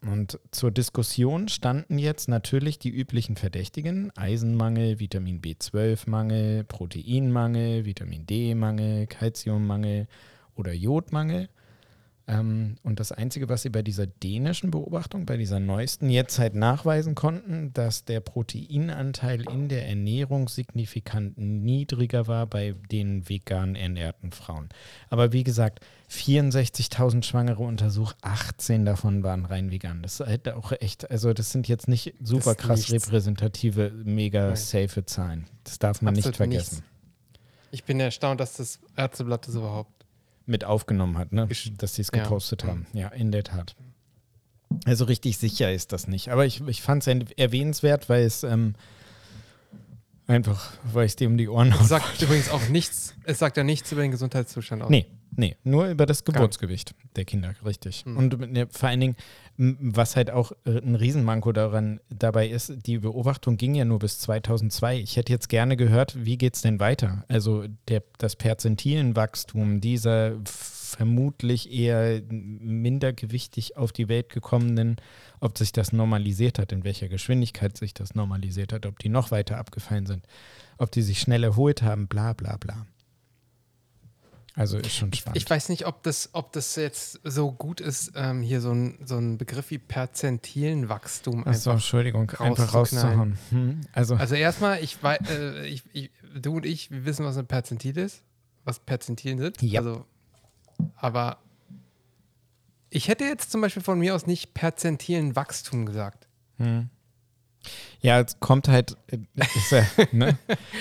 Und zur Diskussion standen jetzt natürlich die üblichen Verdächtigen: Eisenmangel, Vitamin B zwölf Mangel, Proteinmangel, Vitamin D-Mangel, Calciummangel oder Jodmangel. Ähm, und das Einzige, was sie bei dieser dänischen Beobachtung, bei dieser neuesten, jetzt halt nachweisen konnten, dass der Proteinanteil in der Ernährung signifikant niedriger war bei den vegan ernährten Frauen. Aber wie gesagt, vierundsechzigtausend Schwangere untersucht, achtzehn davon waren rein vegan. Das ist halt auch echt, also das sind jetzt nicht super krass nichts. repräsentative, mega Nein. safe Zahlen. Das darf man Absolut nicht vergessen. nichts. Ich bin erstaunt, dass das Ärzteblatt das überhaupt Mit aufgenommen hat, ne? Gesch- Dass sie es Ja. gepostet haben. Ja, in der Tat. Also richtig sicher ist das nicht. Aber ich, ich fand es erwähnenswert, weil es ähm, einfach, weil es dir um die Ohren Es haut. sagt übrigens auch nichts, es sagt ja nichts über den Gesundheitszustand aus. Nee, nee, nur über das Gar nicht. Geburtsgewicht der Kinder, richtig. Hm. Und ne, vor allen Dingen, m, was halt auch äh, ein Riesenmanko daran dabei ist, die Beobachtung ging ja nur bis zweitausendzwei. Ich hätte jetzt gerne gehört, wie geht es denn weiter? Also der, das Perzentilenwachstum dieser f- vermutlich eher mindergewichtig auf die Welt gekommenen, ob sich das normalisiert hat, in welcher Geschwindigkeit sich das normalisiert hat, ob die noch weiter abgefallen sind, ob die sich schnell erholt haben, bla bla bla. Also ist schon Ich, spannend. ich weiß nicht, ob das, ob das jetzt so gut ist, ähm, hier so ein, so ein Begriff wie Perzentilenwachstum Achso, einfach. Entschuldigung, einfach rauszuknallen. rauszuhauen. Hm, also, Also erstmal, ich, wei- äh, ich, ich, du und ich, wir wissen, was ein Perzentil ist, was Perzentilen sind. Ja. Also, aber ich hätte jetzt zum Beispiel von mir aus nicht Perzentilenwachstum gesagt. hm. Ja, es kommt halt, äh, ist ja, ne?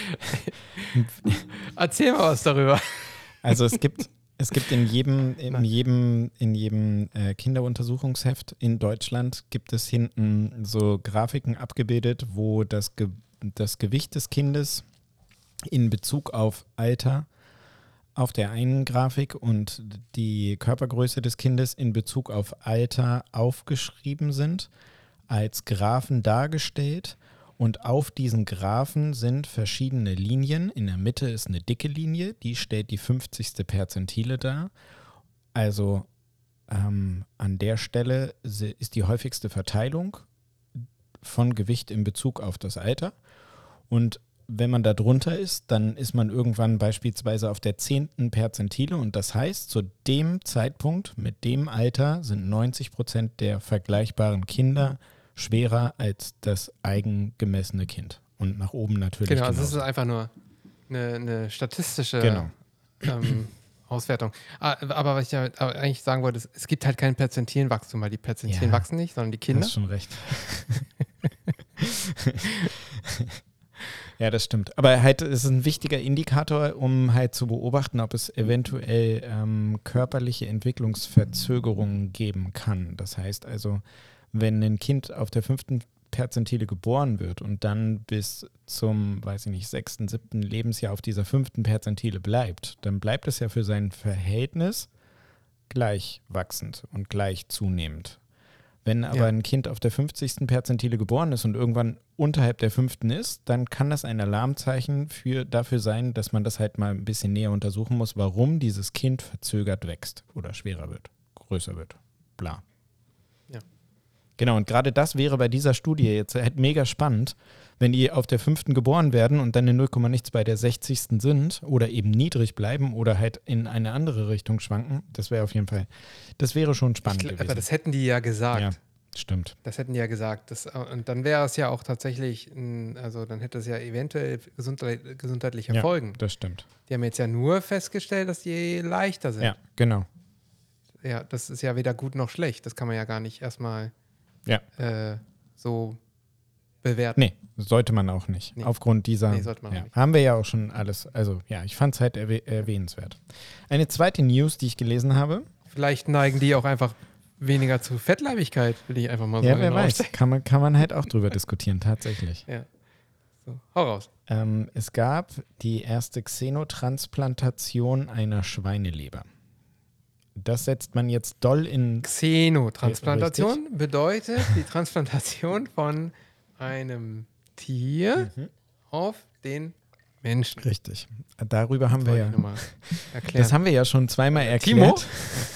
Erzähl mal was darüber. Also es gibt, es gibt in jedem, in Nein. jedem, in jedem äh, Kinderuntersuchungsheft in Deutschland gibt es hinten so Grafiken abgebildet, wo das, Ge das Gewicht des Kindes in Bezug auf Alter auf der einen Grafik und die Körpergröße des Kindes in Bezug auf Alter aufgeschrieben sind, als Graphen dargestellt. Und auf diesen Graphen sind verschiedene Linien. In der Mitte ist eine dicke Linie, die stellt die fünfzigste Perzentile dar. Also ähm, an der Stelle se- ist die häufigste Verteilung von Gewicht in Bezug auf das Alter. Und wenn man da drunter ist, dann ist man irgendwann beispielsweise auf der zehnten Perzentile. Und das heißt, zu dem Zeitpunkt, mit dem Alter, sind neunzig Prozent der vergleichbaren Kinder schwerer als das eigengemessene Kind. Und nach oben natürlich Genau, also es ist genauso. einfach nur eine, eine statistische Genau. ähm, Auswertung. Ah, aber was ich ja aber eigentlich sagen wollte, ist, es gibt halt kein Perzentilenwachstum, weil die Perzentilen Ja. wachsen nicht, sondern die Du Kinder. hast schon recht. Ja, das stimmt. Aber halt, es ist ein wichtiger Indikator, um halt zu beobachten, ob es eventuell ähm, körperliche Entwicklungsverzögerungen geben kann. Das heißt also, wenn ein Kind auf der fünften Perzentile geboren wird und dann bis zum, weiß ich nicht, sechsten, siebten Lebensjahr auf dieser fünften Perzentile bleibt, dann bleibt es ja für sein Verhältnis gleich wachsend und gleich zunehmend. Wenn aber Ja. ein Kind auf der fünfzigsten Perzentile geboren ist und irgendwann unterhalb der fünften ist, dann kann das ein Alarmzeichen für, dafür sein, dass man das halt mal ein bisschen näher untersuchen muss, warum dieses Kind verzögert wächst oder schwerer wird, größer wird, bla. Ja. Genau, und gerade das wäre bei dieser Studie jetzt halt mega spannend, wenn die auf der fünften geboren werden und dann in null Komma nichts bei der sechzigsten sind oder eben niedrig bleiben oder halt in eine andere Richtung schwanken. Das wäre auf jeden Fall, das wäre schon Ich, spannend gl- gewesen. aber das hätten die ja gesagt. ja, stimmt. Das hätten die ja gesagt. Das, äh, und dann wäre es ja auch tatsächlich, ein, also dann hätte es ja eventuell gesundheit, gesundheitliche Ja, Folgen. das stimmt. Die haben jetzt ja nur festgestellt, dass die leichter sind. Ja, genau. Ja, das ist ja weder gut noch schlecht. Das kann man ja gar nicht erstmal Ja. äh, so bewerten. Nee, sollte man auch nicht. Nee. Aufgrund dieser. Nee, sollte man auch ja, nicht. haben wir ja auch schon alles. Also, ja, ich fand es halt erwäh erwähnenswert. Eine zweite News, die ich gelesen habe. Vielleicht neigen die auch einfach weniger zu Fettleibigkeit, will ich einfach mal so Ja, in wer den weiß. Raum Kann man, kann man halt auch drüber diskutieren, tatsächlich. stecken. Ja. So, hau raus. Ähm, es gab die erste Xenotransplantation einer Schweineleber. Das setzt man jetzt doll in. Xenotransplantation bedeutet die Transplantation von einem Tier Mhm. auf den Menschen. Richtig. Darüber haben wir Wollte ja. ich nochmal erklären. Das haben wir ja schon zweimal erklärt. Timo?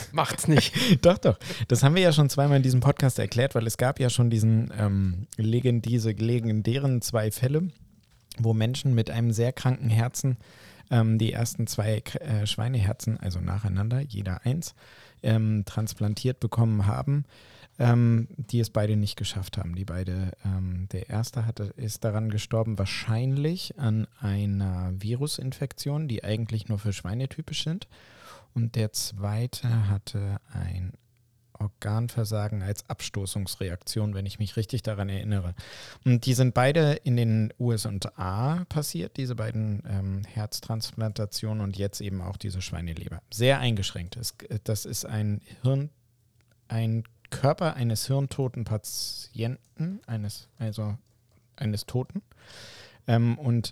Macht's nicht. Doch, doch. Das haben wir ja schon zweimal in diesem Podcast erklärt, weil es gab ja schon diesen ähm, legend, diese legendären zwei Fälle, wo Menschen mit einem sehr kranken Herzen ähm, die ersten zwei äh, Schweineherzen, also nacheinander, jeder eins, ähm, transplantiert bekommen haben, ähm, die es beide nicht geschafft haben. Die beide, ähm, der erste hatte, ist daran gestorben, wahrscheinlich an einer Virusinfektion, die eigentlich nur für Schweine typisch sind. Und der zweite hatte ein Organversagen als Abstoßungsreaktion, wenn ich mich richtig daran erinnere. Und die sind beide in den U S A passiert, diese beiden ähm, Herztransplantationen und jetzt eben auch diese Schweineleber. Sehr eingeschränkt. Es, das ist ein Hirn, ein Körper eines hirntoten Patienten, eines, also eines Toten. Ähm, und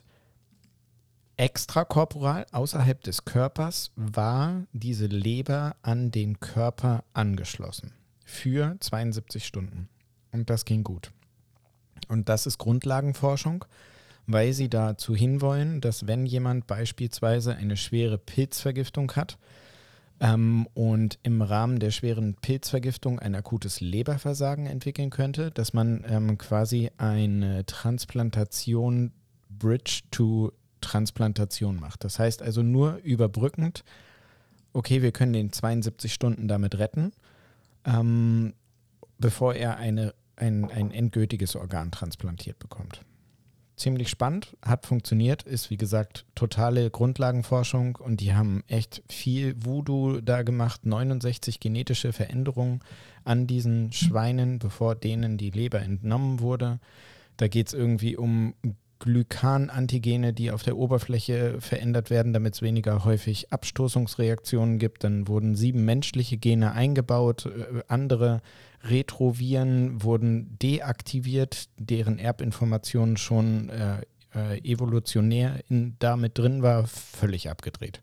extrakorporal, außerhalb des Körpers, war diese Leber an den Körper angeschlossen. Für zweiundsiebzig Stunden. Und das ging gut. Und das ist Grundlagenforschung, weil sie dazu hinwollen, dass wenn jemand beispielsweise eine schwere Pilzvergiftung hat ähm, und im Rahmen der schweren Pilzvergiftung ein akutes Leberversagen entwickeln könnte, dass man ähm, quasi eine Transplantation Bridge to Transplantation macht. Das heißt also nur überbrückend, okay, wir können den zweiundsiebzig Stunden damit retten, ähm, bevor er eine, ein, ein endgültiges Organ transplantiert bekommt. Ziemlich spannend, hat funktioniert, ist wie gesagt totale Grundlagenforschung und die haben echt viel Voodoo da gemacht, neunundsechzig genetische Veränderungen an diesen Schweinen, bevor denen die Leber entnommen wurde. Da geht es irgendwie um Glykan-Antigene, die auf der Oberfläche verändert werden, damit es weniger häufig Abstoßungsreaktionen gibt. Dann wurden sieben menschliche Gene eingebaut, andere Retroviren wurden deaktiviert, deren Erbinformation schon äh, äh, evolutionär in, da mit drin war, völlig abgedreht.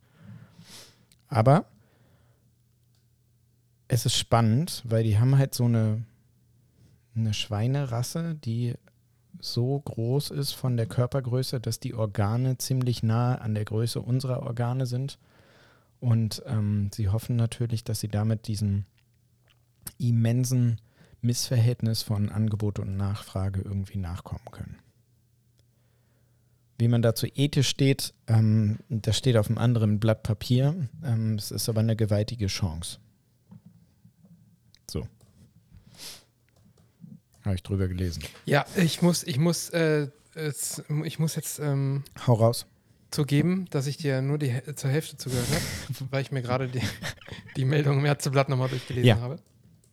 Aber es ist spannend, weil die haben halt so eine, eine Schweinerasse, die so groß ist von der Körpergröße, dass die Organe ziemlich nah an der Größe unserer Organe sind. Und ähm, sie hoffen natürlich, dass sie damit diesem immensen Missverhältnis von Angebot und Nachfrage irgendwie nachkommen können. Wie man dazu ethisch steht, ähm, das steht auf einem anderen Blatt Papier. Ähm, es ist aber eine gewaltige Chance. So. Habe ich drüber gelesen. Ja, ich muss, ich muss, äh, es, ich muss jetzt ähm, Hau raus. zugeben, dass ich dir nur die zur Hälfte zugehört habe, weil ich mir gerade die, die Meldung im Ärzteblatt nochmal durchgelesen ja. habe.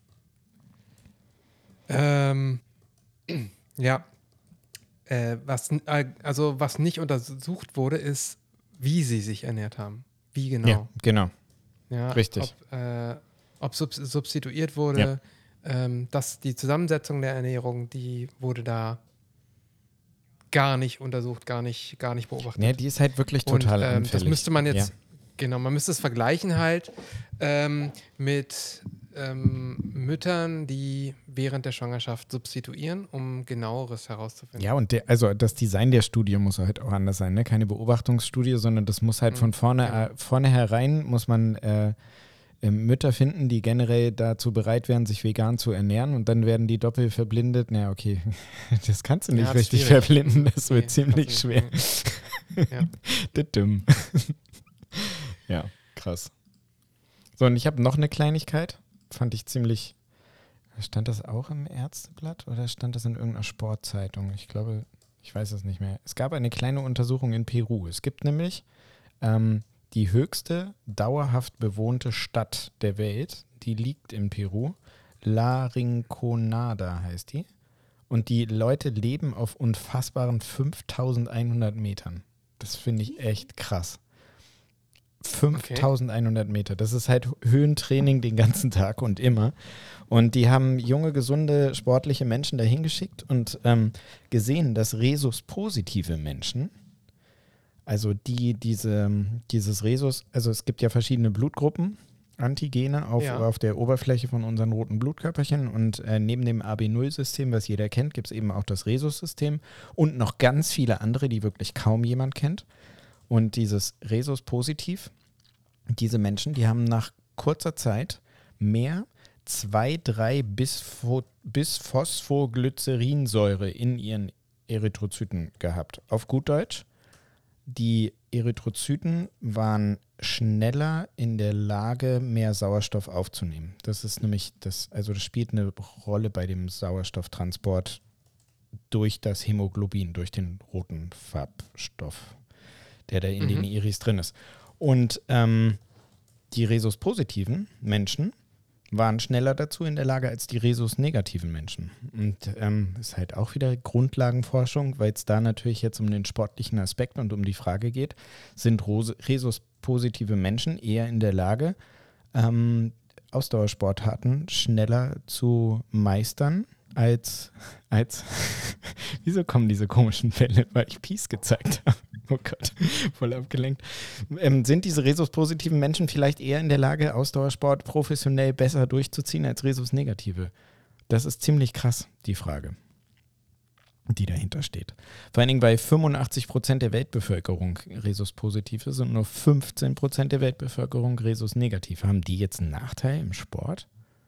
Ähm, ja, äh, was, äh, also was nicht untersucht wurde, ist, wie sie sich ernährt haben. Wie genau. Ja, genau. Ja, Richtig. Ob, äh, ob subs- substituiert wurde. Ja. Ähm, dass die Zusammensetzung der Ernährung, die wurde da gar nicht untersucht, gar nicht, gar nicht beobachtet. Ja, die ist halt wirklich total Und, ähm, anfällig. Das müsste man jetzt, ja. genau, man müsste es vergleichen halt ähm, mit ähm, Müttern, die während der Schwangerschaft substituieren, um genaueres herauszufinden. Ja, und der, also das Design der Studie muss halt auch anders sein, ne? Keine Beobachtungsstudie, sondern das muss halt mhm, von vorne, genau. äh, vornherein muss man äh, Mütter finden, die generell dazu bereit wären, sich vegan zu ernähren und dann werden die doppelt verblindet. Na okay, das kannst du nicht ja, richtig schwierig. verblinden, das nee, wird ziemlich schwer. Ja. Dumm. Ja, krass. So, und ich habe noch eine Kleinigkeit, fand ich ziemlich, stand das auch im Ärzteblatt oder stand das in irgendeiner Sportzeitung? Ich glaube, ich weiß es nicht mehr. Es gab eine kleine Untersuchung in Peru. Es gibt nämlich ähm, die höchste dauerhaft bewohnte Stadt der Welt, die liegt in Peru. La Rinconada heißt die. Und die Leute leben auf unfassbaren fünftausendeinhundert Metern. Das finde ich echt krass. fünftausendeinhundert okay. Meter. Das ist halt Höhentraining den ganzen Tag und immer. Und die haben junge, gesunde, sportliche Menschen dahin geschickt und ähm, gesehen, dass Rhesus-positive Menschen, also die, diese, dieses Rhesus, also es gibt ja verschiedene Blutgruppen, Antigene auf, ja. auf der Oberfläche von unseren roten Blutkörperchen und äh, neben dem A B null System, was jeder kennt, gibt es eben auch das Rhesus-System und noch ganz viele andere, die wirklich kaum jemand kennt. Und dieses Rhesus-positiv, diese Menschen, die haben nach kurzer Zeit mehr zwei drei Bis-Phosphoglycerinsäure in ihren Erythrozyten gehabt. Auf gut Deutsch, die Erythrozyten waren schneller in der Lage, mehr Sauerstoff aufzunehmen. Das ist nämlich das, also das spielt eine Rolle bei dem Sauerstofftransport durch das Hämoglobin, durch den roten Farbstoff, der da in mhm. den Iris drin ist. Und ähm, die Rhesus-positiven Menschen waren schneller dazu in der Lage als die Rhesus-negativen Menschen. Und ähm, ist halt auch wieder Grundlagenforschung, weil es da natürlich jetzt um den sportlichen Aspekt und um die Frage geht, sind Rhesus-positive Menschen eher in der Lage, ähm, Ausdauersportarten schneller zu meistern als, als wieso kommen diese komischen Fälle, weil ich Peace gezeigt habe. Oh Gott, voll abgelenkt. Ähm, sind diese Rhesus-positiven Menschen vielleicht eher in der Lage, Ausdauersport professionell besser durchzuziehen als Rhesus-negative? Das ist ziemlich krass, die Frage, die dahinter steht. Vor allen Dingen, weil fünfundachtzig Prozent der Weltbevölkerung Rhesus-positiv ist und nur fünfzehn Prozent der Weltbevölkerung Rhesus-negativ. Haben die jetzt einen Nachteil im Sport?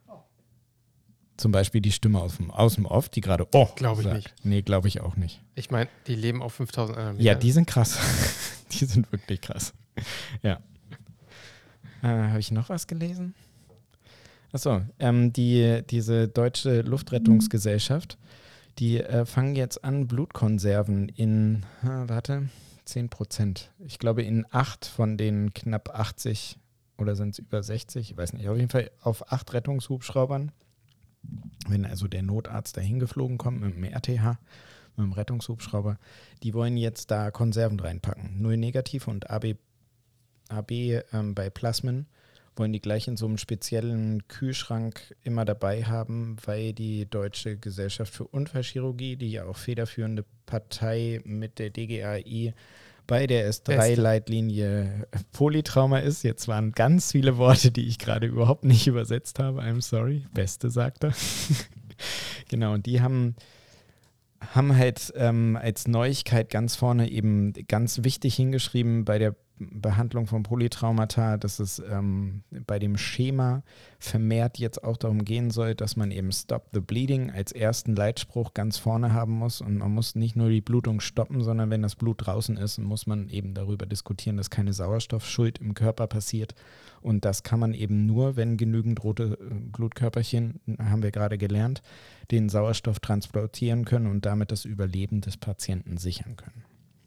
Zum Beispiel die Stimme aus dem, aus dem Off, die gerade oh Glaube ich sagt. nicht. Nee, glaube ich auch nicht. Ich meine, die leben auf fünftausend Meter. Ja, die sind krass. Die sind wirklich krass. Ja. Äh, Habe ich noch was gelesen? Achso, ähm, die, diese deutsche Luftrettungsgesellschaft, die äh, fangen jetzt an, Blutkonserven in, äh, warte, zehn Prozent. Ich glaube, in acht von den knapp achtzig oder sind es über sechzig, ich weiß nicht, auf jeden Fall auf acht Rettungshubschraubern. Wenn also der Notarzt dahin geflogen kommt mit dem R T H, mit dem Rettungshubschrauber, die wollen jetzt da Konserven reinpacken. Null negativ und A B, A B ähm, bei Plasmen wollen die gleich in so einem speziellen Kühlschrank immer dabei haben, weil die Deutsche Gesellschaft für Unfallchirurgie, die ja auch federführende Partei mit der D G A I bei der S drei Leitlinie Polytrauma ist. Jetzt waren ganz viele Worte, die ich gerade überhaupt nicht übersetzt habe. I'm sorry. Beste, sagt er. Genau, und die haben, haben halt ähm, als Neuigkeit ganz vorne eben ganz wichtig hingeschrieben bei der Behandlung von Polytraumata, dass es ähm, bei dem Schema vermehrt jetzt auch darum gehen soll, dass man eben Stop the Bleeding als ersten Leitspruch ganz vorne haben muss und man muss nicht nur die Blutung stoppen, sondern wenn das Blut draußen ist, muss man eben darüber diskutieren, dass keine Sauerstoffschuld im Körper passiert und das kann man eben nur, wenn genügend rote Blutkörperchen, haben wir gerade gelernt, den Sauerstoff transportieren können und damit das Überleben des Patienten sichern können.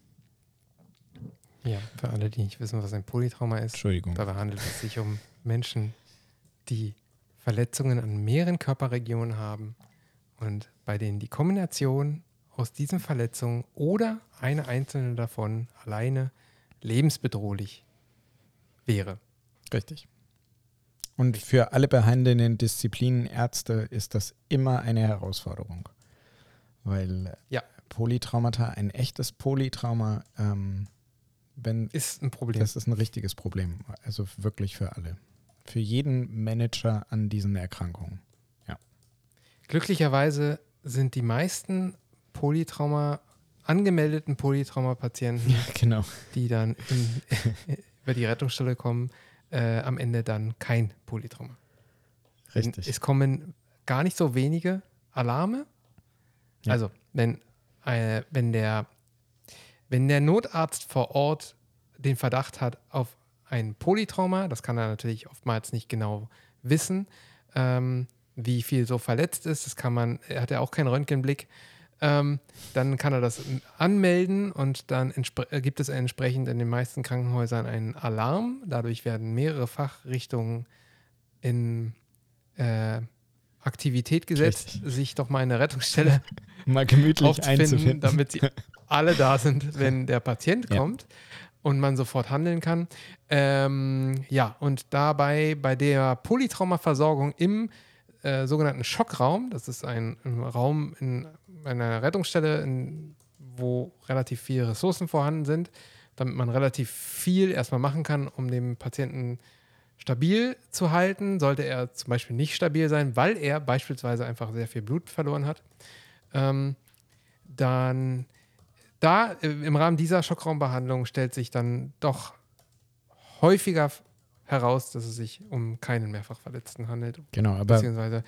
Ja, für alle, die nicht wissen, was ein Polytrauma ist. Entschuldigung. Dabei handelt es sich um Menschen, die Verletzungen an mehreren Körperregionen haben und bei denen die Kombination aus diesen Verletzungen oder eine einzelne davon alleine lebensbedrohlich wäre. Richtig. Und für alle behandelnden Disziplinen Ärzte ist das immer eine Herausforderung, weil ja. Polytraumata, ein echtes Polytrauma, ähm, Wenn, ist ein Problem. Das ist ein richtiges Problem. Also wirklich für alle. Für jeden Manager an diesen Erkrankungen. Ja. Glücklicherweise sind die meisten Polytrauma, angemeldeten Polytrauma-Patienten, Ja, genau. die dann in, über die Rettungsstelle kommen, äh, am Ende dann kein Polytrauma. Richtig. Es kommen gar nicht so wenige Alarme. Ja. Also, wenn, äh, wenn der Wenn der Notarzt vor Ort den Verdacht hat auf ein Polytrauma, das kann er natürlich oftmals nicht genau wissen, ähm, wie viel so verletzt ist, das kann man, er hat ja auch keinen Röntgenblick, ähm, dann kann er das anmelden und dann entspre- gibt es entsprechend in den meisten Krankenhäusern einen Alarm. Dadurch werden mehrere Fachrichtungen in äh, Aktivität gesetzt, Richtig. sich doch mal in der Rettungsstelle mal gemütlich einzufinden, damit sie alle da sind, wenn der Patient ja. kommt und man sofort handeln kann. Ähm, ja, und dabei bei der Polytraumaversorgung im äh, sogenannten Schockraum, das ist ein, ein Raum in einer Rettungsstelle, in, wo relativ viele Ressourcen vorhanden sind, damit man relativ viel erstmal machen kann, um den Patienten stabil zu halten. Sollte er zum Beispiel nicht stabil sein, weil er beispielsweise einfach sehr viel Blut verloren hat, ähm, dann da äh, im Rahmen dieser Schockraumbehandlung stellt sich dann doch häufiger heraus, dass es sich um keinen Mehrfachverletzten handelt. Genau, aber, Beziehungsweise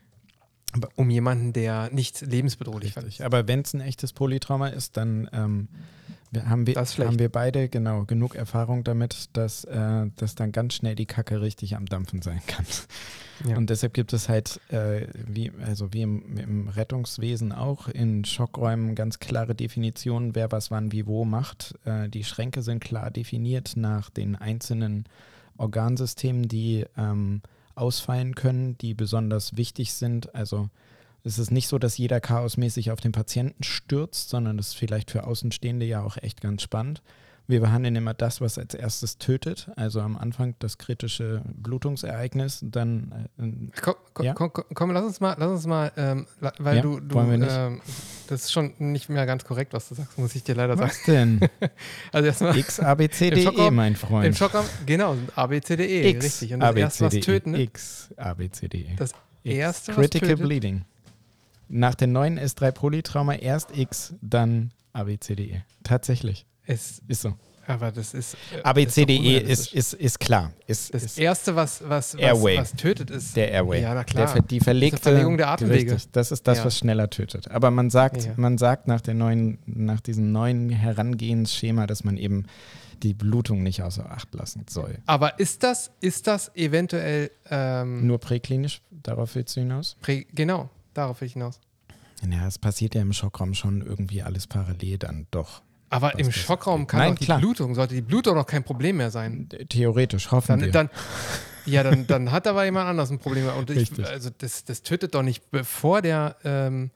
aber um jemanden, der nicht lebensbedrohlich verletzt. richtig, aber wenn es ein echtes Polytrauma ist, dann ähm, wir, haben, wir, Das ist schlecht. haben wir beide genau genug Erfahrung damit, dass, äh, dass dann ganz schnell die Kacke richtig am Dampfen sein kann. Ja. Und deshalb gibt es halt, äh, wie, also wie im, im Rettungswesen auch, in Schockräumen ganz klare Definitionen, wer was wann wie wo macht. Äh, die Schränke sind klar definiert nach den einzelnen Organsystemen, die ähm, ausfallen können, die besonders wichtig sind. Also es ist nicht so, dass jeder chaosmäßig auf den Patienten stürzt, sondern das ist vielleicht für Außenstehende ja auch echt ganz spannend. Wir behandeln immer das, was als erstes tötet, also am Anfang das kritische Blutungsereignis, dann äh, Komm, komm, Ja? komm, komm, lass uns mal, lass uns mal, ähm, la- weil Ja, du, du wollen wir nicht? ähm, das ist schon nicht mehr ganz korrekt, was du sagst, muss ich dir leider sagen. was denn? Also erstmal X A B C D Im E, Schockraum- mein im Freund. Schockraum, genau, A B C D E, X richtig. Und das A B erste, C was D E. töten, ne? X A B C D E. Das X. erste, was Critical tötet, Bleeding. Nach der neuen S drei Polytrauma erst X, dann A B C D E. Tatsächlich. ist, Ist so. aber das ist äh, A B C D das E ist, doch ist, unrealistisch. ist, ist klar. Ist, Das ist erste, was, was, was, Airway. was tötet, ist der Airway. Ja, na klar. Der, ver- die verlegte Verlegung der Atemwege. Richtig, das ist das, Ja. was schneller tötet. Aber man sagt, Ja. man sagt nach, der neuen, nach diesem neuen Herangehensschema, dass man eben die Blutung nicht außer Acht lassen soll. Aber ist das, ist das eventuell ähm, Nur präklinisch, darauf willst du hinaus? prä, genau, darauf will ich hinaus. Ja, es passiert ja im Schockraum schon irgendwie alles parallel dann doch. Aber Was im das Schockraum angeht. kann Nein, doch die klar. Blutung, sollte die Blutung doch kein Problem mehr sein. Theoretisch, hoffen wir. Dann, dann, ja, dann, dann hat aber jemand anders ein Problem. Und ich, Richtig. also das, das tötet doch nicht bevor der, ähm,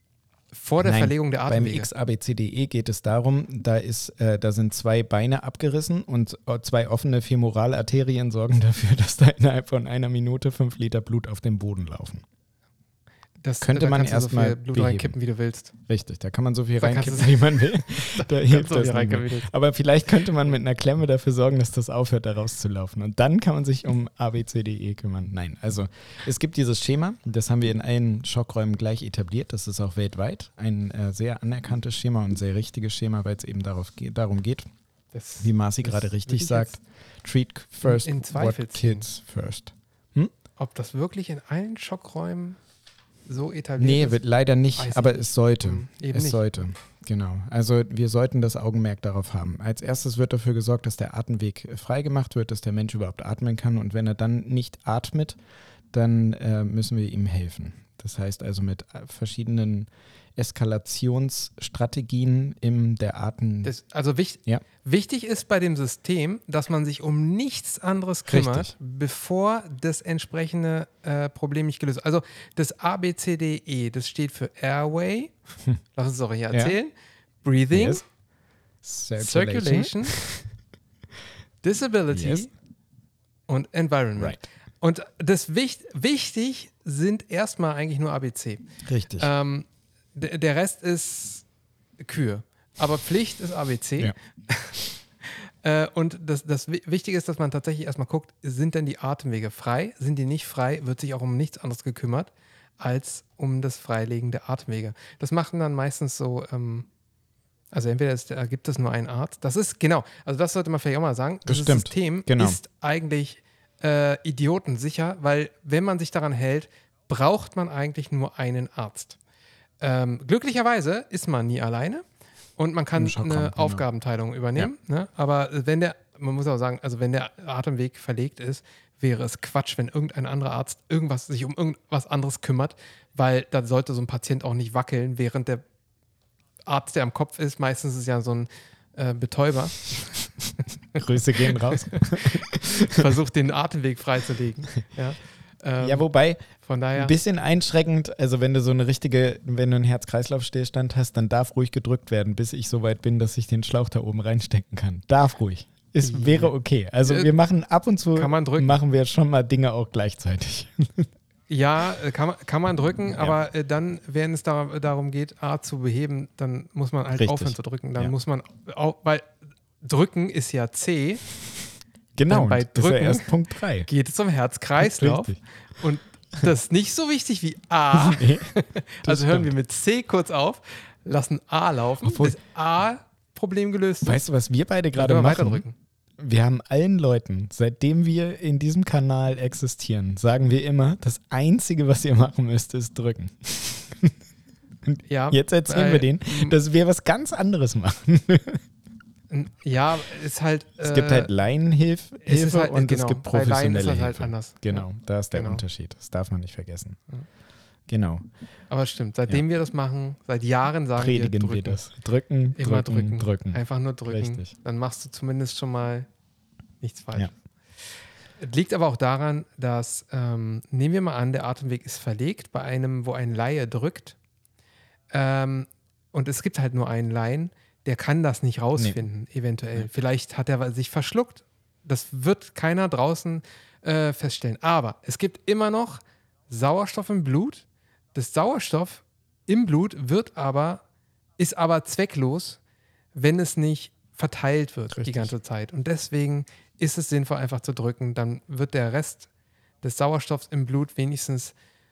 vor der Nein, Verlegung der beim Atemwege. X A B C D E geht es darum, da, ist, äh, da sind zwei Beine abgerissen und äh, zwei offene Femoralarterien sorgen dafür, dass da innerhalb von einer Minute fünf Liter Blut auf dem Boden laufen. Das, könnte da man kannst du so erstmal viel Blut beheben. reinkippen, wie du willst. Richtig, da kann man so viel Da kannst reinkippen, du- wie man will. Da hilft so das viel nicht reinkippen, mehr. wie du willst. Aber vielleicht könnte man mit einer Klemme dafür sorgen, dass das aufhört, da rauszulaufen. Und dann kann man sich um A B C D E kümmern. Nein, also es gibt dieses Schema, das haben wir in allen Schockräumen gleich etabliert. Das ist auch weltweit ein äh, sehr anerkanntes Schema und ein sehr richtiges Schema, weil es eben darauf ge- darum geht, Das, wie Marci das gerade würde richtig ich sagt, treat first in Zweifel what ziehen. kills first. ob das wirklich in allen Schockräumen so etabliert Nee, ist? wird leider nicht, Weiß ich aber nicht. es sollte. Hm, eben es nicht. sollte, genau. Also wir sollten das Augenmerk darauf haben. Als erstes wird dafür gesorgt, dass der Atemweg freigemacht wird, dass der Mensch überhaupt atmen kann. Und wenn er dann nicht atmet, dann äh, müssen wir ihm helfen. Das heißt also mit äh, verschiedenen Eskalationsstrategien in der Atem... Das, also wichtig, Ja. wichtig ist bei dem System, dass man sich um nichts anderes kümmert, Richtig. bevor das entsprechende äh, Problem nicht gelöst wird. Also das A B C D E, das steht für Airway, lass uns doch hier erzählen, Breathing, Yes. Circulation. Circulation, Disability Yes. und Environment. Right. Und das wicht, wichtig sind erstmal eigentlich nur A B C. Richtig. Ähm, d- der Rest ist Kühe. Aber Pflicht ist A B C. Ja. äh, und das, das Wi- Wichtige ist, dass man tatsächlich erstmal guckt, sind denn die Atemwege frei? Sind die nicht frei, wird sich auch um nichts anderes gekümmert, als um das Freilegen der Atemwege. Das machen dann meistens so, ähm, also entweder ist, da gibt es nur einen Arzt. Das ist, genau, also das sollte man vielleicht auch mal sagen. Das Dieses stimmt. System Genau. ist eigentlich äh, idiotensicher, weil wenn man sich daran hält, braucht man eigentlich nur einen Arzt. Ähm, glücklicherweise ist man nie alleine und man kann Im Schockraum, eine genau. Aufgabenteilung übernehmen. Ne? Aber wenn der, man muss auch sagen, also wenn der Atemweg verlegt ist, wäre es Quatsch, wenn irgendein anderer Arzt irgendwas sich um irgendwas anderes kümmert, weil dann sollte so ein Patient auch nicht wackeln, während der Arzt, der am Kopf ist, meistens ist es ja so ein äh, Betäuber, Grüße gehen raus. versucht den Atemweg freizulegen. Ja, ähm, Ja, wobei, von daher. ein bisschen einschränkend, also wenn du so eine richtige, wenn du einen Herz-Kreislauf-Stillstand hast, dann darf ruhig gedrückt werden, bis ich so weit bin, dass ich den Schlauch da oben reinstecken kann. Darf ruhig. Es Ja. wäre okay. Also Äh, wir machen ab und zu, kann man drücken. machen wir schon mal Dinge auch gleichzeitig. Ja, äh, kann man, kann man drücken, Ja. aber äh, dann, wenn es da, darum geht, A zu beheben, dann muss man halt Richtig. aufhören zu drücken. Dann Ja. muss man auch, weil drücken ist ja C, Genau, Dann bei das ist ja Drücken erst Punkt drei. geht es um Herz-Kreislauf. Richtig. Und das ist nicht so wichtig wie A. Nee, das Also hören wir stimmt. mit C kurz auf, lassen A laufen, Obwohl- bis A Problem gelöst ist. Weißt du, was wir beide Dann gerade können wir machen? weiterdrücken. Wir haben allen Leuten, seitdem wir in diesem Kanal existieren, sagen wir immer, das Einzige, was ihr machen müsst, ist drücken. Und Ja, jetzt erzählen weil- wir denen, dass wir was ganz anderes machen. Ja, ist halt. Es gibt äh, halt Laienhilfe es ist halt- und genau, es gibt bei Laien professionelle ist das halt Hilfe. anders. Genau, da ist der Genau. Unterschied. Das darf man nicht vergessen. Ja. Genau, Aber stimmt, seitdem wir das machen, seit Jahren sagen predigen wir, wir, drücken. das. Drücken, Immer drücken, drücken. drücken. Einfach nur drücken. Richtig. Dann machst du zumindest schon mal nichts falsch. Ja. Es liegt aber auch daran, dass, ähm, nehmen wir mal an, der Atemweg ist verlegt bei einem, wo ein Laie drückt. Ähm, und es gibt halt nur einen Laien, der kann das nicht rausfinden, eventuell. Nee. Vielleicht hat er sich verschluckt. Das wird keiner draußen äh, feststellen. Aber es gibt immer noch Sauerstoff im Blut. Das Sauerstoff im Blut wird aber, ist aber zwecklos, wenn es nicht verteilt wird Richtig. die ganze Zeit. Und deswegen ist es sinnvoll, einfach zu drücken. Dann wird der Rest des Sauerstoffs im Blut wenigstens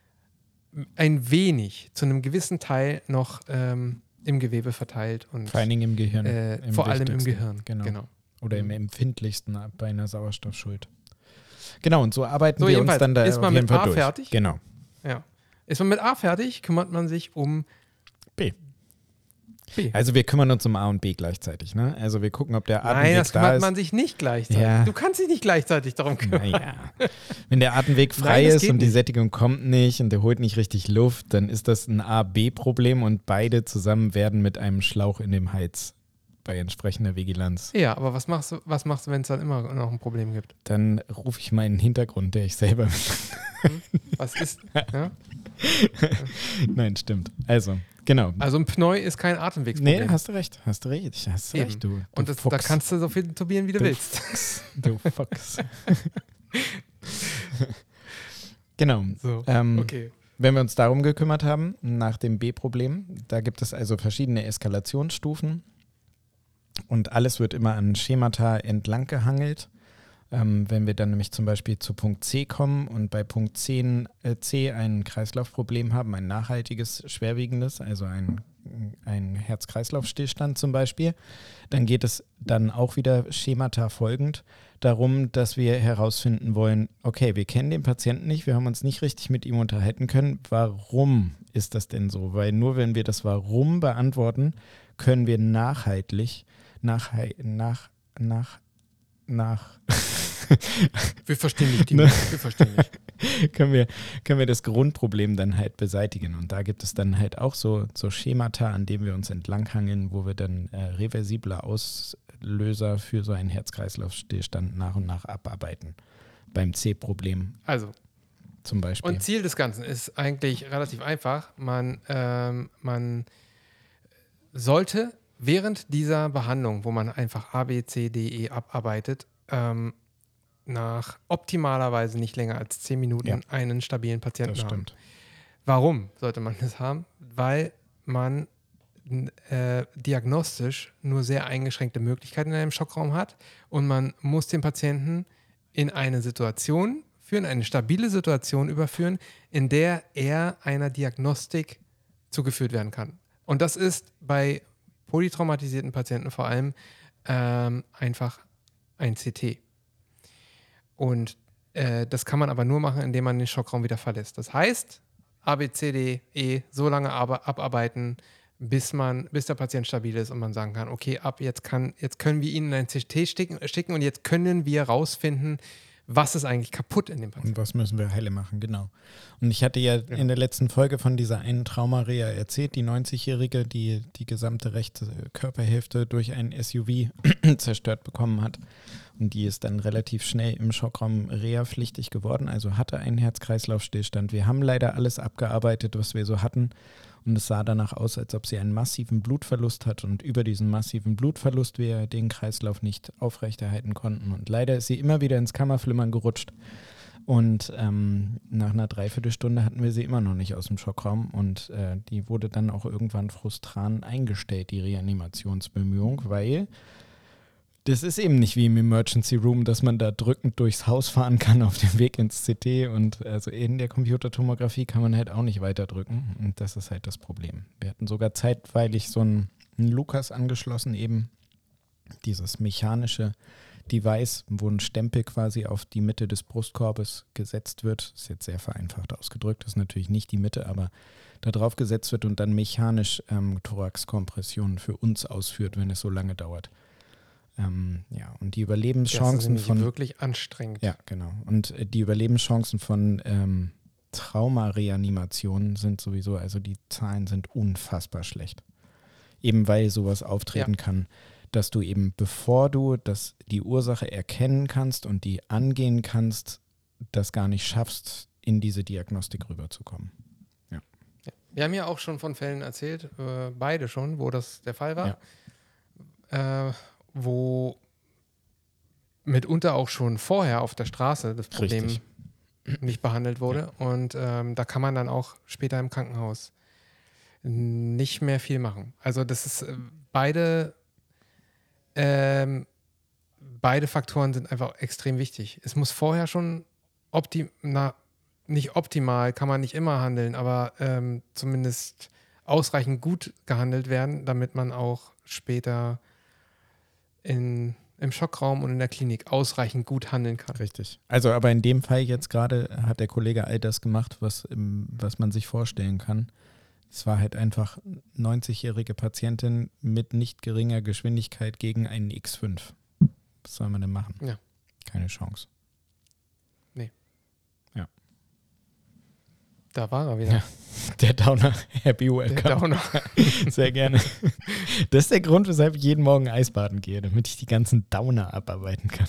ein wenig, zu einem gewissen Teil noch ähm, im Gewebe verteilt. Und Vor allen Dingen im Gehirn. äh, im vor allem im wichtigsten. Gehirn. Genau. genau. Oder im empfindlichsten bei einer Sauerstoffschuld. Genau, und so arbeiten So, wir uns jedenfalls dann da ist man auf jeden mit Fall A durch. fertig? Genau. Ja. Ist man mit A fertig, kümmert man sich um B. B. Also wir kümmern uns um A und B gleichzeitig. Ne? Also wir gucken, ob der Atemweg Nein, das da kümmert ist. man sich nicht gleichzeitig. Ja. Du kannst dich nicht gleichzeitig darum kümmern. Naja. Wenn der Atemweg frei Nein, das ist geht und die nicht. Sättigung kommt nicht und der holt nicht richtig Luft, dann ist das ein A-B-Problem und beide zusammen werden mit einem Schlauch in dem Hals bei entsprechender Vigilanz. Ja, aber was machst du, was machst du, wenn es dann immer noch ein Problem gibt? Dann rufe ich meinen Hintergrund, der ich selber. Was ist? Ja? Nein, stimmt. Also, genau. Also ein Pneu ist kein Nee, Atemwegsproblem. hast du recht. Hast du recht. Hast du Eben. recht, du. du Und das, Fuchs. da kannst du so viel tubieren, wie du Du willst. Fuchs. Du Fuchs. Genau. So, Ähm, okay. Wenn wir uns darum gekümmert haben, nach dem B-Problem, da gibt es also verschiedene Eskalationsstufen und alles wird immer an Schemata entlang gehangelt. Ähm, wenn wir dann nämlich zum Beispiel zu Punkt C kommen und bei Punkt zehn, äh, C ein Kreislaufproblem haben, ein nachhaltiges, schwerwiegendes, also ein, ein Herz-Kreislauf-Stillstand zum Beispiel, dann geht es dann auch wieder Schemata folgend darum, dass wir herausfinden wollen, okay, wir kennen den Patienten nicht, wir haben uns nicht richtig mit ihm unterhalten können. Warum ist das denn so? Weil nur wenn wir das Warum beantworten, können wir nachhaltig, nach, nach, nach, nach, Wir verstehen dich, Ne? Timo. Wir verstehen dich. können wir, können wir das Grundproblem dann halt beseitigen. Und da gibt es dann halt auch so, so Schemata, an denen wir uns entlanghangeln, wo wir dann äh, reversible Auslöser für so einen Herz-Kreislauf-Stillstand nach und nach abarbeiten. Beim C-Problem Also, zum Beispiel. und Ziel des Ganzen ist eigentlich relativ einfach. Man, ähm, man sollte während dieser Behandlung, wo man einfach A, B, C, D, E abarbeitet, ähm, nach optimalerweise nicht länger als zehn Minuten Ja. einen stabilen Patienten das haben. stimmt. Warum sollte man das haben? Weil man äh, diagnostisch nur sehr eingeschränkte Möglichkeiten in einem Schockraum hat und man muss den Patienten in eine Situation führen, eine stabile Situation überführen, in der er einer Diagnostik zugeführt werden kann. Und das ist bei polytraumatisierten Patienten vor allem ähm, einfach ein C T. Und äh, das kann man aber nur machen, indem man den Schockraum wieder verlässt. Das heißt, A, B, C, D, E so lange aber abarbeiten, bis man, bis der Patient stabil ist und man sagen kann, okay, ab jetzt kann, jetzt können wir ihn in ein C T schicken, schicken und jetzt können wir rausfinden, was ist eigentlich kaputt in dem Patienten. Und was müssen wir heile machen, genau. Und ich hatte ja in der letzten Folge von dieser einen Traumareha erzählt, die neunzigjährige, die die gesamte rechte Körperhälfte durch ein S U V zerstört bekommen hat. Und die ist dann relativ schnell im Schockraum reha-pflichtig geworden, also hatte einen Herz-Kreislauf-Stillstand. Wir haben leider alles abgearbeitet, was wir so hatten. Und es sah danach aus, als ob sie einen massiven Blutverlust hat und über diesen massiven Blutverlust wir den Kreislauf nicht aufrechterhalten konnten. Und leider ist sie immer wieder ins Kammerflimmern gerutscht. Und ähm, nach einer Dreiviertelstunde hatten wir sie immer noch nicht aus dem Schockraum. Und äh, die wurde dann auch irgendwann frustran eingestellt, die Reanimationsbemühung, weil das ist eben nicht wie im Emergency Room, dass man da drückend durchs Haus fahren kann auf dem Weg ins C T und also in der Computertomographie kann man halt auch nicht weiter drücken und das ist halt das Problem. Wir hatten sogar zeitweilig so einen, einen Lukas angeschlossen, eben dieses mechanische Device, wo ein Stempel quasi auf die Mitte des Brustkorbes gesetzt wird. Das ist jetzt sehr vereinfacht ausgedrückt, das ist natürlich nicht die Mitte, aber da drauf gesetzt wird und dann mechanisch ähm, Thoraxkompressionen für uns ausführt, wenn es so lange dauert. Ähm, ja, und die Überlebenschancen das ist von... wirklich anstrengend. Ja, genau. Und äh, die Überlebenschancen von ähm, Traumareanimationen sind sowieso, also die Zahlen sind unfassbar schlecht. Eben weil sowas auftreten Ja. kann, dass du eben, bevor du das, die Ursache erkennen kannst und die angehen kannst, das gar nicht schaffst, in diese Diagnostik rüberzukommen. Ja. Wir haben ja auch schon von Fällen erzählt, äh, beide schon, wo das der Fall war. Ja. Äh, wo mitunter auch schon vorher auf der Straße das Problem Richtig. nicht behandelt wurde. Ja. Und ähm, da kann man dann auch später im Krankenhaus nicht mehr viel machen. Also das ist äh, beide ähm, beide Faktoren sind einfach extrem wichtig. Es muss vorher schon optim, na, nicht optimal, kann man nicht immer handeln, aber ähm, zumindest ausreichend gut gehandelt werden, damit man auch später in, im Schockraum und in der Klinik ausreichend gut handeln kann. Richtig. Also aber in dem Fall jetzt gerade hat der Kollege all das gemacht, was, was man sich vorstellen kann. Es war halt einfach neunzigjährige Patientin mit nicht geringer Geschwindigkeit gegen einen X fünf. Was soll man denn machen? Ja. Keine Chance. Nee. Ja. Da war er wieder. Ja. Der Downer. Happy welcome. Der Downer. Sehr gerne. Das ist der Grund, weshalb ich jeden Morgen Eisbaden gehe, damit ich die ganzen Downer abarbeiten kann.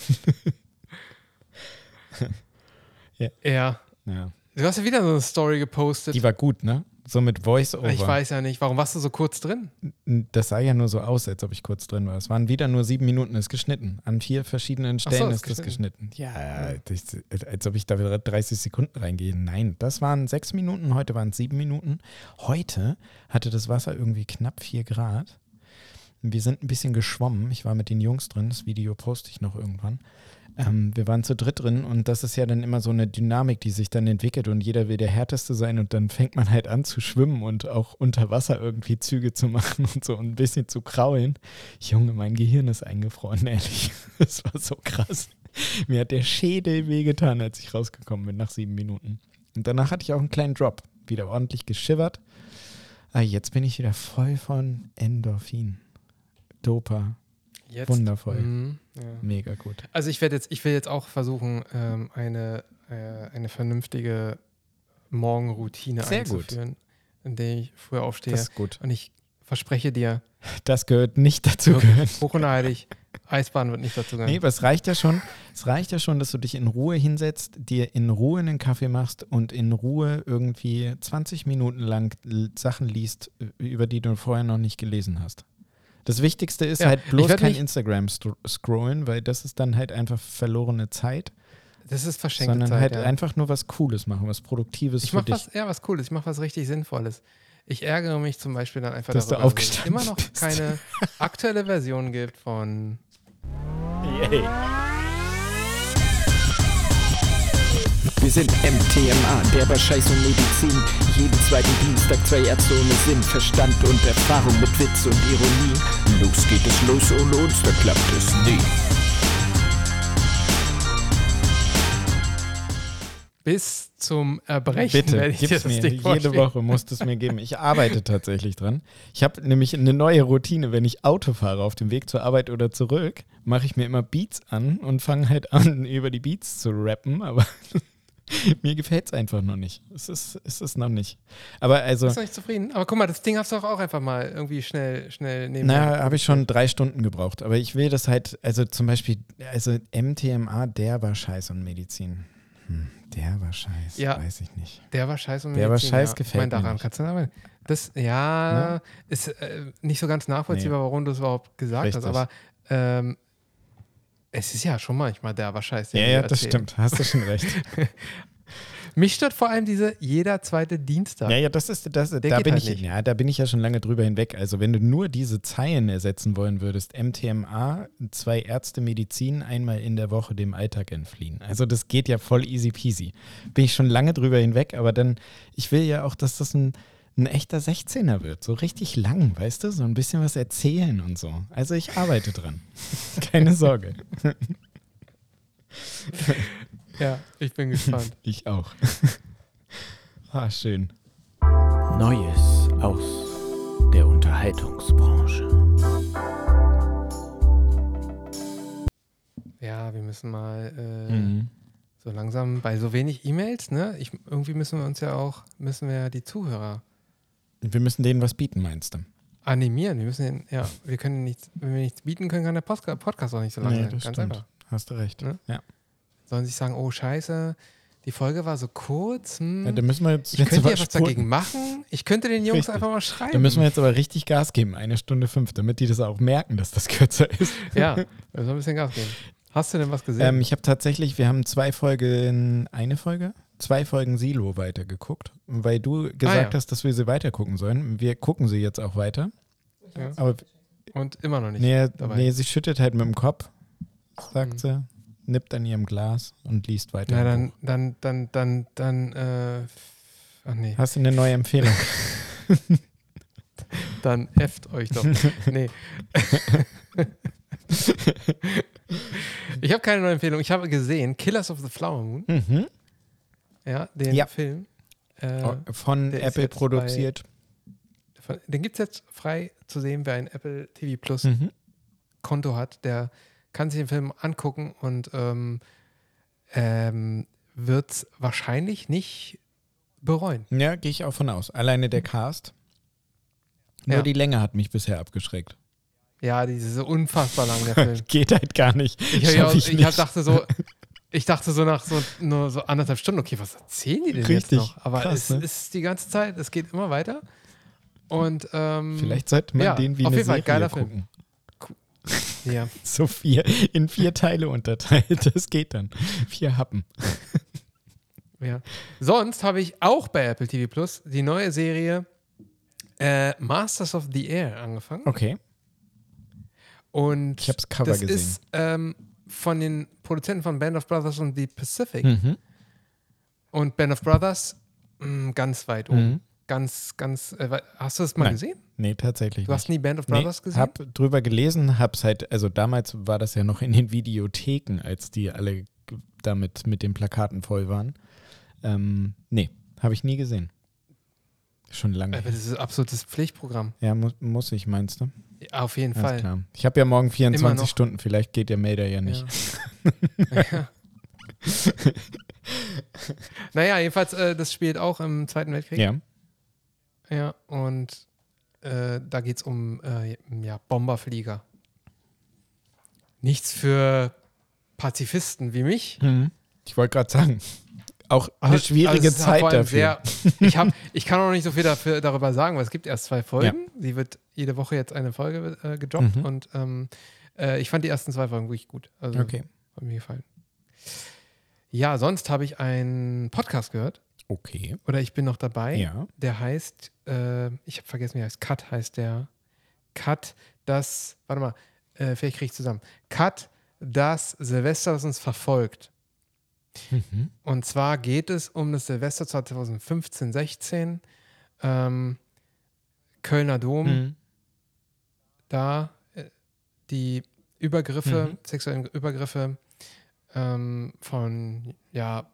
ja. ja. Du hast ja wieder so eine Story gepostet. Die war gut, ne? So mit Voice-Over. Ich weiß ja nicht. Warum warst du so kurz drin? Das sah ja nur so aus, als ob ich kurz drin war. Es waren wieder nur sieben Minuten, ist geschnitten. An vier verschiedenen Stellen so, ist, ist das geschnitten. Ja, das, als ob ich da wieder dreißig Sekunden reingehe. Nein, das waren sechs Minuten, heute waren es sieben Minuten. Heute hatte das Wasser irgendwie knapp vier Grad. Wir sind ein bisschen geschwommen. Ich war mit den Jungs drin, das Video poste ich noch irgendwann. Ähm, wir waren zu dritt drin und das ist ja dann immer so eine Dynamik, die sich dann entwickelt und jeder will der Härteste sein und dann fängt man halt an zu schwimmen und auch unter Wasser irgendwie Züge zu machen und so ein bisschen zu kraulen. Junge, mein Gehirn ist eingefroren, ehrlich. Das war so krass. Mir hat der Schädel wehgetan, als ich rausgekommen bin nach sieben Minuten. Und danach hatte ich auch einen kleinen Drop, wieder ordentlich geschippert. Ah, jetzt bin ich wieder voll von Endorphin. Dopa. Jetzt? Wundervoll. Mhm, ja. Mega gut. Also ich werde jetzt, ich will jetzt auch versuchen, ähm, eine, äh, eine vernünftige Morgenroutine Sehr einzuführen, gut. in der ich früher aufstehe. Das ist gut. Und ich verspreche dir, das gehört nicht dazu. Gehört. Hoch und heilig. Eisbahn wird nicht dazu gehören. Nee, aber es reicht ja schon, es reicht ja schon, dass du dich in Ruhe hinsetzt, dir in Ruhe einen Kaffee machst und in Ruhe irgendwie zwanzig Minuten lang Sachen liest, über die du vorher noch nicht gelesen hast. Das Wichtigste ist ja, halt bloß kein Instagram scrollen, weil das ist dann halt einfach verlorene Zeit. Das ist verschenkte sondern Zeit, halt ja. einfach nur was Cooles machen, was Produktives ich für mach dich. Was, ja, was Cooles. Ich mache was richtig Sinnvolles. Ich ärgere mich zum Beispiel dann einfach dass darüber, du dass es immer noch bist. keine aktuelle Version gibt von Yay. Wir sind M T M A, der bei Scheiß und Medizin. Jeden zweiten Dienstag zwei Ärzte ohne Sinn, Verstand und Erfahrung mit Witz und Ironie. Los geht es los, ohne uns, da klappt es nie. bis zum Erbrechen. Bitte, werde ich dir gib's das mir. Ding Jede vorstellen. Woche musst du es mir geben. Ich arbeite tatsächlich dran. Ich habe nämlich eine neue Routine, wenn ich Auto fahre auf dem Weg zur Arbeit oder zurück, mache ich mir immer Beats an und fange halt an, über die Beats zu rappen, aber mir gefällt es einfach noch nicht. Es ist, es ist noch nicht. Aber also. Bist du nicht zufrieden? Aber guck mal, das Ding hast du doch auch einfach mal irgendwie schnell, schnell nehmen. Na, habe ich schon drei Stunden gebraucht. Aber ich will das halt, also zum Beispiel, also M T M A, der war Scheiß und Medizin. Hm, der war Scheiß, ja, weiß ich nicht. Der war Scheiß und Der Medizin. war Scheiß, ja. gefällt ich mein, daran mir kannst du aber das, ja, ne? ist äh, nicht so ganz nachvollziehbar, nee. warum du es überhaupt gesagt Richtig. hast, aber ähm, es ist ja schon manchmal der war Scheiß. Ja, ja, das stimmt, hast du schon recht. Mich stört vor allem diese jeder zweite Dienstag. Ja, ja, das ist, das, da bin halt ich, nicht. ja, da bin ich ja schon lange drüber hinweg. Also wenn du nur diese Zeilen ersetzen wollen würdest, M T M A, zwei Ärzte Medizin, einmal in der Woche dem Alltag entfliehen. Also das geht ja voll easy peasy. Bin ich schon lange drüber hinweg, aber dann, ich will ja auch, dass das ein, ein echter sechzehner wird. So richtig lang, weißt du? So ein bisschen was erzählen und so. Also ich arbeite dran. Keine Sorge. Ja, ich bin gespannt. Ich auch. Ah, schön. Neues aus der Unterhaltungsbranche. Ja, wir müssen mal äh, Mhm. so langsam bei so wenig E-Mails, ne? Ich, irgendwie müssen wir uns ja auch, müssen wir ja die Zuhörer Wir müssen denen was bieten, meinst du? animieren. Wir müssen, den, ja, wir können nichts, wenn wir nichts bieten können, kann der Postka- Podcast auch nicht so lang Nee, sein. das Ganz stimmt. einfach. Hast du recht. Ne? Ja. Sollen sich sagen, oh Scheiße, die Folge war so kurz. Hm. Ja, da müssen wir jetzt, Ich jetzt könnte aber ja was spurten. dagegen machen. Ich könnte den Jungs Richtig. einfach mal schreiben. Da müssen wir jetzt aber richtig Gas geben, eine Stunde fünf, damit die das auch merken, dass das kürzer ist. Ja, wir müssen ein bisschen Gas geben. Hast du denn was gesehen? Ähm, ich habe tatsächlich, wir haben zwei Folgen, eine Folge, zwei Folgen Silo weitergeguckt, weil du gesagt Ah, ja. hast, dass wir sie weitergucken sollen. Wir gucken sie jetzt auch weiter. Ja. Aber Und immer noch nicht nee, dabei. nee, sie schüttet halt mit dem Kopf, sagt Mhm. sie, nippt an ihrem Glas und liest weiter. Na, im dann, Buch. dann, dann, dann, dann, äh, ach nee. Hast du eine neue Empfehlung? Dann efft euch doch. Nee. Ich habe keine neue Empfehlung. Ich habe gesehen Killers of the Flower Moon, mhm. ja, den Ja. Film. Äh, Oh, Von der ist Apple jetzt produziert. von, den gibt es jetzt frei zu sehen, wer ein Apple T V Plus Mhm. Konto hat, der kann sich den Film angucken und ähm, ähm, wird es wahrscheinlich nicht bereuen. Ja, gehe ich auch von aus. Alleine der Cast. Nur Ja. die Länge hat mich bisher abgeschreckt. Ja, diese so unfassbar lang, der Film. Geht halt gar nicht. Ich, ich, Schaff ich, ich ich hab, nicht. dachte so, ich dachte so nach so, nur so anderthalb Stunden, okay, was erzählen die denn jetzt Richtig. noch? Aber Krass, es ne? ist die ganze Zeit, es geht immer weiter. Und ähm, Vielleicht sollte man ja, den wie auf eine jeden Fall, Serie geiler Film. gucken. ja. So vier, in vier Teile unterteilt. Das geht dann. Vier Happen. Ja. Sonst habe ich auch bei Apple T V Plus die neue Serie äh, Masters of the Air angefangen. Okay. Und Ich habe das Cover das gesehen. ist ähm, von den Produzenten von Band of Brothers und The Pacific. Mhm. Und Band of Brothers mh, ganz weit oben. Mhm. Ganz, ganz. Äh, wei- hast du das mal Nein. gesehen? Nee, tatsächlich Du nicht. hast nie Band of Nee, Brothers gesehen? hab drüber gelesen, hab's halt, also damals war das ja noch in den Videotheken, als die alle g- damit mit den Plakaten voll waren. Ähm, nee, habe ich nie gesehen. Schon lange. Aber das ist ein absolutes Pflichtprogramm. Ja, mu muss ich, meinst du? Ja, auf jeden Alles Fall. klar. Ich habe ja morgen Immer vierundzwanzig noch. Stunden, vielleicht geht der Melder ja nicht. Ja. ja. Naja, jedenfalls, äh, das spielt auch im Zweiten Weltkrieg. Ja. Ja, und äh, da geht es um äh, ja, Bomberflieger. Nichts für Pazifisten wie mich. Mhm. Ich wollte gerade sagen, auch eine Also- schwierige also es ist Zeit vor allem dafür. Sehr, ich, hab, ich kann auch noch nicht so viel dafür, darüber sagen, weil es gibt erst zwei Folgen. Sie wird jede Woche jetzt eine Folge äh, gedroppt Mhm. und ähm, äh, ich fand die ersten zwei Folgen wirklich gut. Also Okay. hat mir gefallen. Ja, sonst habe ich einen Podcast gehört Okay. oder ich bin noch dabei. Ja. Der heißt, äh, ich habe vergessen, wie er heißt. Cut heißt der. Cut, das, warte mal, äh, vielleicht kriege ich zusammen. Cut, das Silvester, das uns verfolgt. Mhm. Und zwar geht es um das Silvester zwanzig fünfzehn, sechzehn. Ähm, Kölner Dom, Mhm. da äh, die Übergriffe, Mhm. sexuellen Übergriffe ähm, von, ja,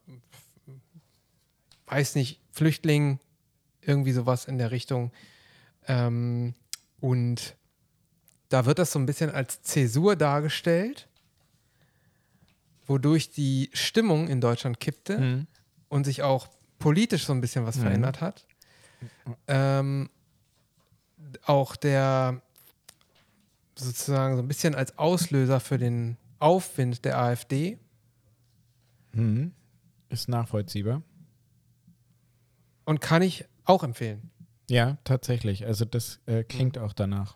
weiß nicht, Flüchtlingen, irgendwie sowas in der Richtung. Ähm, und da wird das so ein bisschen als Zäsur dargestellt, wodurch die Stimmung in Deutschland kippte Mhm. und sich auch politisch so ein bisschen was Mhm. verändert hat. Ähm, auch der sozusagen so ein bisschen als Auslöser für den Aufwind der AfD. Mhm. Ist nachvollziehbar. Und kann ich auch empfehlen. Ja, tatsächlich. Also das äh, klingt auch danach.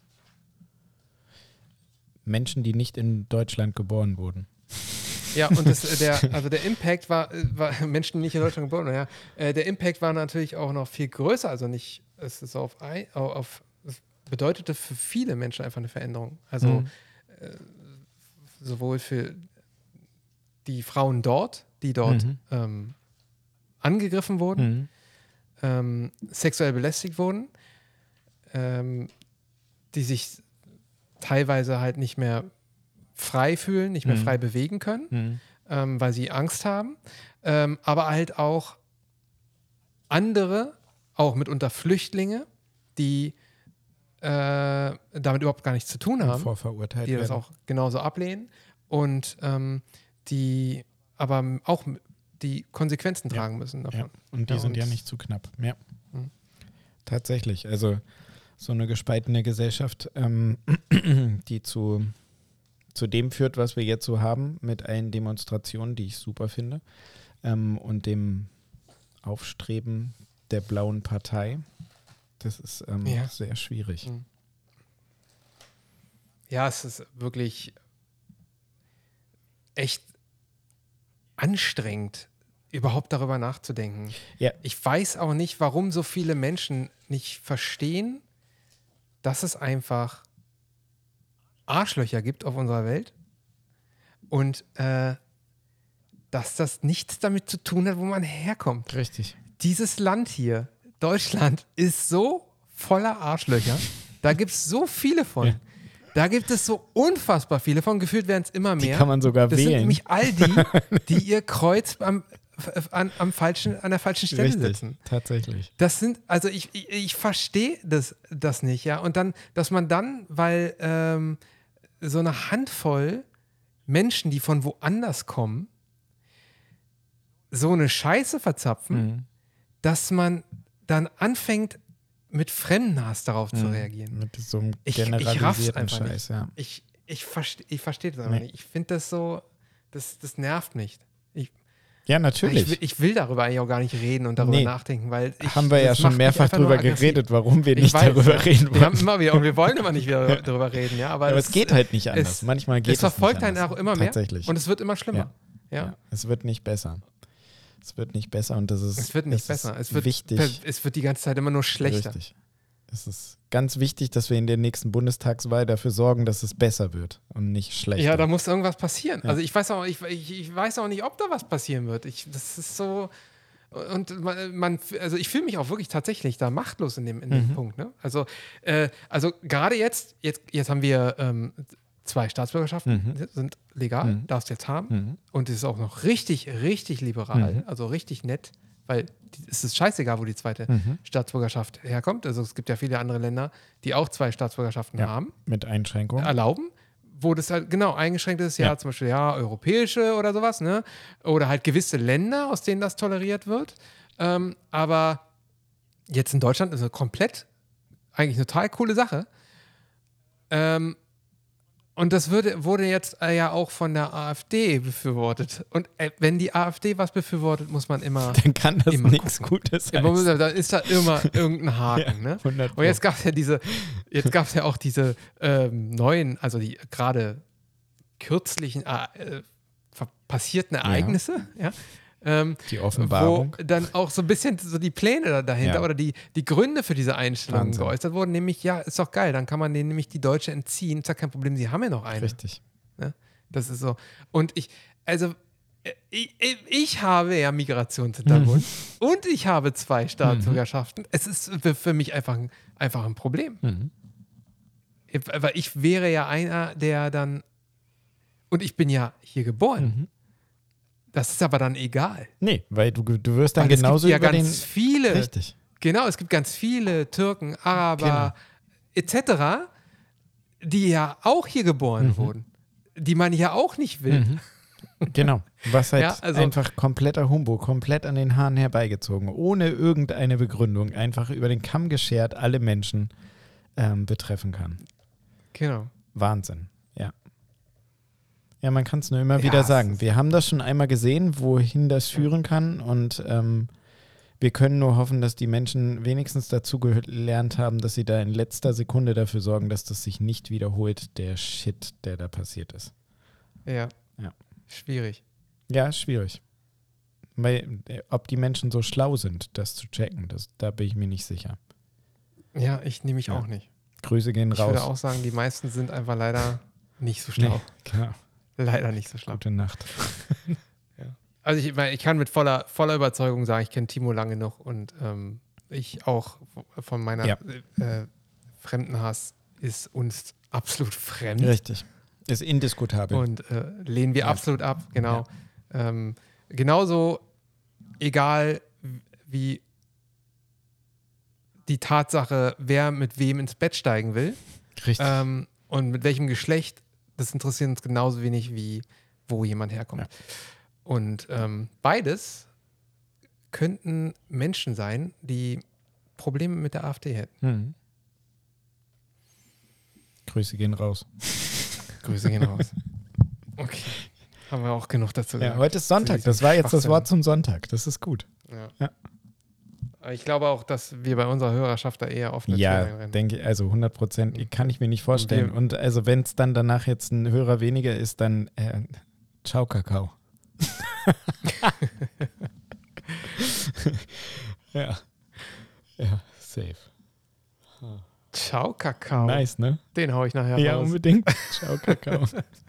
Menschen, die nicht in Deutschland geboren wurden. Ja, und das, äh, der, also der Impact war, äh, war Menschen, die nicht in Deutschland geboren waren, ja, äh, der Impact war natürlich auch noch viel größer. Also nicht, es ist auf, ein- au- auf es bedeutete für viele Menschen einfach eine Veränderung. Also Mhm. äh, sowohl für die Frauen dort, die dort Mhm. ähm, angegriffen wurden, Mhm. ähm, sexuell belästigt wurden, ähm, die sich teilweise halt nicht mehr frei fühlen, nicht mehr Mhm. frei bewegen können, Mhm. ähm, weil sie Angst haben, ähm, aber halt auch andere, auch mitunter Flüchtlinge, die äh, damit überhaupt gar nichts zu tun haben, Vorverurteilt die das werden. auch genauso ablehnen und ähm, die aber auch die Konsequenzen Ja. tragen müssen davon. Ja. Und die Ja, sind und- ja nicht zu knapp. Ja. Mhm. Tatsächlich. Also so eine gespaltene Gesellschaft, ähm, die zu, zu dem führt, was wir jetzt so haben, mit allen Demonstrationen, die ich super finde, ähm, und dem Aufstreben der blauen Partei. Das ist ähm, Ja. sehr schwierig. Mhm. Ja, es ist wirklich echt anstrengend, überhaupt darüber nachzudenken. Ja. Ich weiß auch nicht, warum so viele Menschen nicht verstehen, dass es einfach Arschlöcher gibt auf unserer Welt und äh, dass das nichts damit zu tun hat, wo man herkommt. Richtig. Dieses Land hier, Deutschland, ist so voller Arschlöcher. Da gibt es so viele von. Ja. Da gibt es so unfassbar viele von. Gefühlt werden es immer Die mehr. kann man sogar das sind wählen. nämlich all die, die ihr Kreuz am, an, am falschen, an der falschen Stelle Richtig, setzen. tatsächlich. Das sind, also ich, ich, ich verstehe das, das nicht, ja. Und dann, dass man dann, weil ähm, so eine Handvoll Menschen, die von woanders kommen, so eine Scheiße verzapfen, Mhm. dass man dann anfängt, mit Fremdenhass darauf zu Mhm. reagieren. Mit so einem Ich, ich raff's generalisierten einfach Scheiß, nicht. ja. Ich, ich verstehe ich versteh das einfach Nee. nicht. Ich finde das so, das, das nervt mich. Ich, Ja, ich, natürlich. will, ich will darüber eigentlich auch gar nicht reden und darüber Nee. nachdenken, weil ich, haben wir ja das schon macht mich mehrfach einfach nur drüber aggressiv. geredet, warum wir Ich nicht weiß, darüber ja. reden Wir haben wollen. immer wieder, und wir wollen immer nicht wieder darüber reden, ja. Aber, Aber es, es geht halt nicht anders. es- Manchmal geht es es verfolgt nicht einen anders. auch immer mehr Tatsächlich. und es wird immer schlimmer. Ja. Ja, es wird nicht besser. Es wird nicht besser und das ist Es wird nicht es besser. Ist Es wird, wichtig. es wird die ganze Zeit immer nur schlechter. Richtig. Es ist ganz wichtig, dass wir in der nächsten Bundestagswahl dafür sorgen, dass es besser wird und nicht schlechter. Ja, da muss irgendwas passieren. Ja. Also ich weiß auch, ich, ich, ich weiß auch nicht, ob da was passieren wird. Ich, das ist so. Und man, man also ich fühle mich auch wirklich tatsächlich da machtlos in dem, in dem Mhm. Punkt. Ne? Also, äh, also gerade jetzt, jetzt, jetzt haben wir ähm, zwei Staatsbürgerschaften, Mhm. sind legal, Mhm. darfst jetzt haben. Mhm. Und es ist auch noch richtig, richtig liberal, Mhm. also richtig nett, weil die, es ist scheißegal, wo die zweite Mhm. Staatsbürgerschaft herkommt. Also es gibt ja viele andere Länder, die auch zwei Staatsbürgerschaften Ja. haben, Mit Einschränkungen. erlauben, wo das halt genau eingeschränkt ist, ja, Ja. zum Beispiel ja, europäische oder sowas, ne? Oder halt gewisse Länder, aus denen das toleriert wird. Ähm, aber jetzt in Deutschland ist es komplett, eigentlich eine total coole Sache. Ähm, und das würde, wurde jetzt äh, ja auch von der AfD befürwortet. Und äh, wenn die AfD was befürwortet, muss man immer, Dann kann das Immer nichts gucken. Gutes ja, man muss, heißen. da ist da immer irgendein Haken, ne? hundert Und jetzt gab es ja diese, jetzt gab es ja auch diese ähm, neuen, also die gerade kürzlichen äh, ver- passierten Ereignisse, ja, ähm, Die Offenbarung. wo dann auch so ein bisschen so die Pläne da dahinter Ja. oder die, die Gründe für diese Einstellungen Wahnsinn. geäußert wurden, nämlich, ja, ist doch geil, dann kann man denen nämlich die Deutsche entziehen, ist ja kein Problem, sie haben ja noch eine. Richtig. Das ist so. Und ich, also, äh, ich, ich- ich habe ja Migrationshintergrund und ich habe zwei Staatsbürgerschaften. Es ist für, für mich einfach, ein- einfach ein Problem. Mhm. Weil ich wäre ja einer, der dann, und ich bin ja hier geboren. Mhm. Das ist aber dann egal. Nee, weil du, du wirst dann Weil genauso es gibt ja über ganz den. viele, Richtig. genau, es gibt ganz viele Türken, Araber Genau. et cetera, die ja auch hier geboren Mhm. wurden, die man ja auch nicht will. Mhm. Genau. Was halt Ja, also- einfach kompletter Humbug, komplett an den Haaren herbeigezogen, ohne irgendeine Begründung, einfach über den Kamm geschert alle Menschen ähm, betreffen kann. Genau. Wahnsinn, ja. Ja, man kann es nur immer Ja, wieder es sagen. ist- Wir haben das schon einmal gesehen, wohin das führen kann und ähm, wir können nur hoffen, dass die Menschen wenigstens dazu gelernt haben, dass sie da in letzter Sekunde dafür sorgen, dass das sich nicht wiederholt, der Shit, der da passiert ist. Ja. Ja. Schwierig. Ja, ist schwierig. Weil, äh, ob die Menschen so schlau sind, das zu checken, das, da bin ich mir nicht sicher. Ja, ich nehme mich Ja. auch nicht. Grüße gehen Ich raus. würde auch sagen, die meisten sind einfach leider nicht so schlau. Nee, genau. Leider nicht so schlau. Gute Nacht. Also ich, meine, ich kann mit voller, voller Überzeugung sagen, ich kenne Timo lange genug und ähm, ich auch von meiner Ja. äh, Fremdenhass ist uns absolut fremd. Richtig. Ist indiskutabel. Und äh, lehnen wir Ja. absolut ab, genau. Ähm, genauso egal wie die Tatsache, wer mit wem ins Bett steigen will Richtig. ähm, und mit welchem Geschlecht, das interessiert uns genauso wenig wie wo jemand herkommt. Ja. Und ähm, beides könnten Menschen sein, die Probleme mit der AfD hätten. Mhm. Grüße gehen raus. Grüße gehen raus. Okay. Haben wir auch genug dazu Ja, gesagt. heute ist Sonntag. Zu diesem Das war jetzt das Schwachsinn. Wort zum Sonntag. Das ist gut. Ja. Ja. Aber ich glaube auch, dass wir bei unserer Hörerschaft da eher offene Türen Ja, reinrennen. denke ich, also hundert Prozent kann ich mir nicht vorstellen. Wir- Und also wenn es dann danach jetzt ein Hörer weniger ist, dann äh, ciao Kakao. ja. Ja, safe. Ciao, Kakao. Nice, ne? Den hau ich nachher Ja, raus. unbedingt. Ciao Kakao.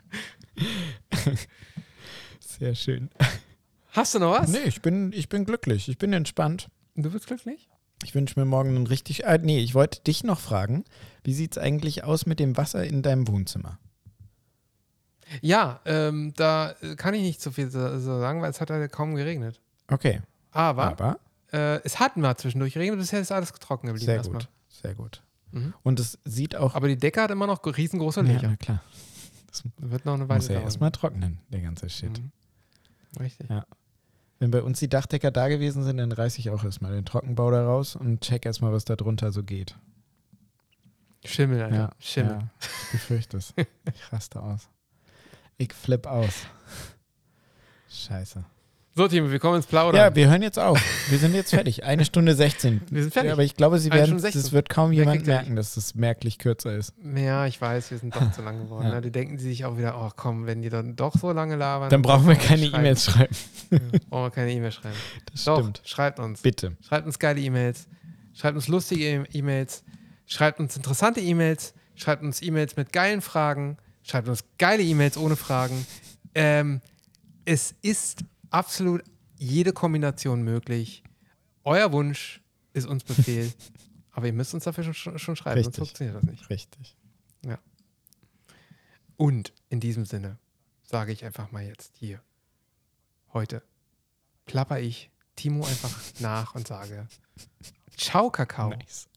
Sehr schön. Hast du noch was? Nee, ich bin, ich bin glücklich. Ich bin entspannt. Du bist glücklich? Ich wünsche mir morgen einen richtig. Äh, nee, ich wollte dich noch fragen, wie sieht es eigentlich aus mit dem Wasser in deinem Wohnzimmer? Ja, ähm, da kann ich nicht so viel so, so sagen, weil es hat ja kaum geregnet. Okay. Aber, Aber äh, es hat mal zwischendurch geregnet, bisher ist alles trocken geblieben. sehr erstmal. gut. Sehr gut. Mhm. Und es sieht auch. Aber die Decke hat immer noch riesengroße ja, Löcher. na klar. Das Wird noch eine Weile muss ja dauern. erstmal trocknen, der ganze Shit. Mhm. Richtig. Ja. Wenn bei uns die Dachdecker da gewesen sind, dann reiße ich auch erstmal den Trockenbau da raus und check erstmal, was da drunter so geht. Schimmel, Alter. Ja, Schimmel. Ja, ich befürchte es. Ich raste aus. Ich flipp aus. Scheiße. So, Timo, wir kommen ins Plaudern. Ja, wir hören jetzt auf. Wir sind jetzt fertig. Eine Stunde sechzehn. Wir sind fertig. Ja, aber ich glaube, Sie Eine werden, Stunde sechzehn. das wird kaum Wer jemand kriegt ja merken, dass es merklich kürzer ist. Ja, ich weiß, wir sind doch zu lang geworden. Ja. Ne? Die denken sich auch wieder, oh komm, wenn die dann doch so lange labern. Dann brauchen wir keine schreiben. E-Mails schreiben. Ja, brauchen wir keine E-Mails schreiben. Das Doch, stimmt. schreibt uns. Bitte. Schreibt uns geile E-Mails. Schreibt uns lustige E- E-Mails. Schreibt uns interessante E-Mails. Schreibt uns E-Mails mit geilen Fragen. Schreibt uns geile E-Mails ohne Fragen. Ähm, es ist absolut jede Kombination möglich. Euer Wunsch ist uns Befehl. Aber ihr müsst uns dafür schon, schon schreiben, Richtig. sonst funktioniert das nicht. Richtig. Und in diesem Sinne sage ich einfach mal jetzt hier, heute, klapper ich Timo einfach nach und sage, ciao, Kakao. Nice.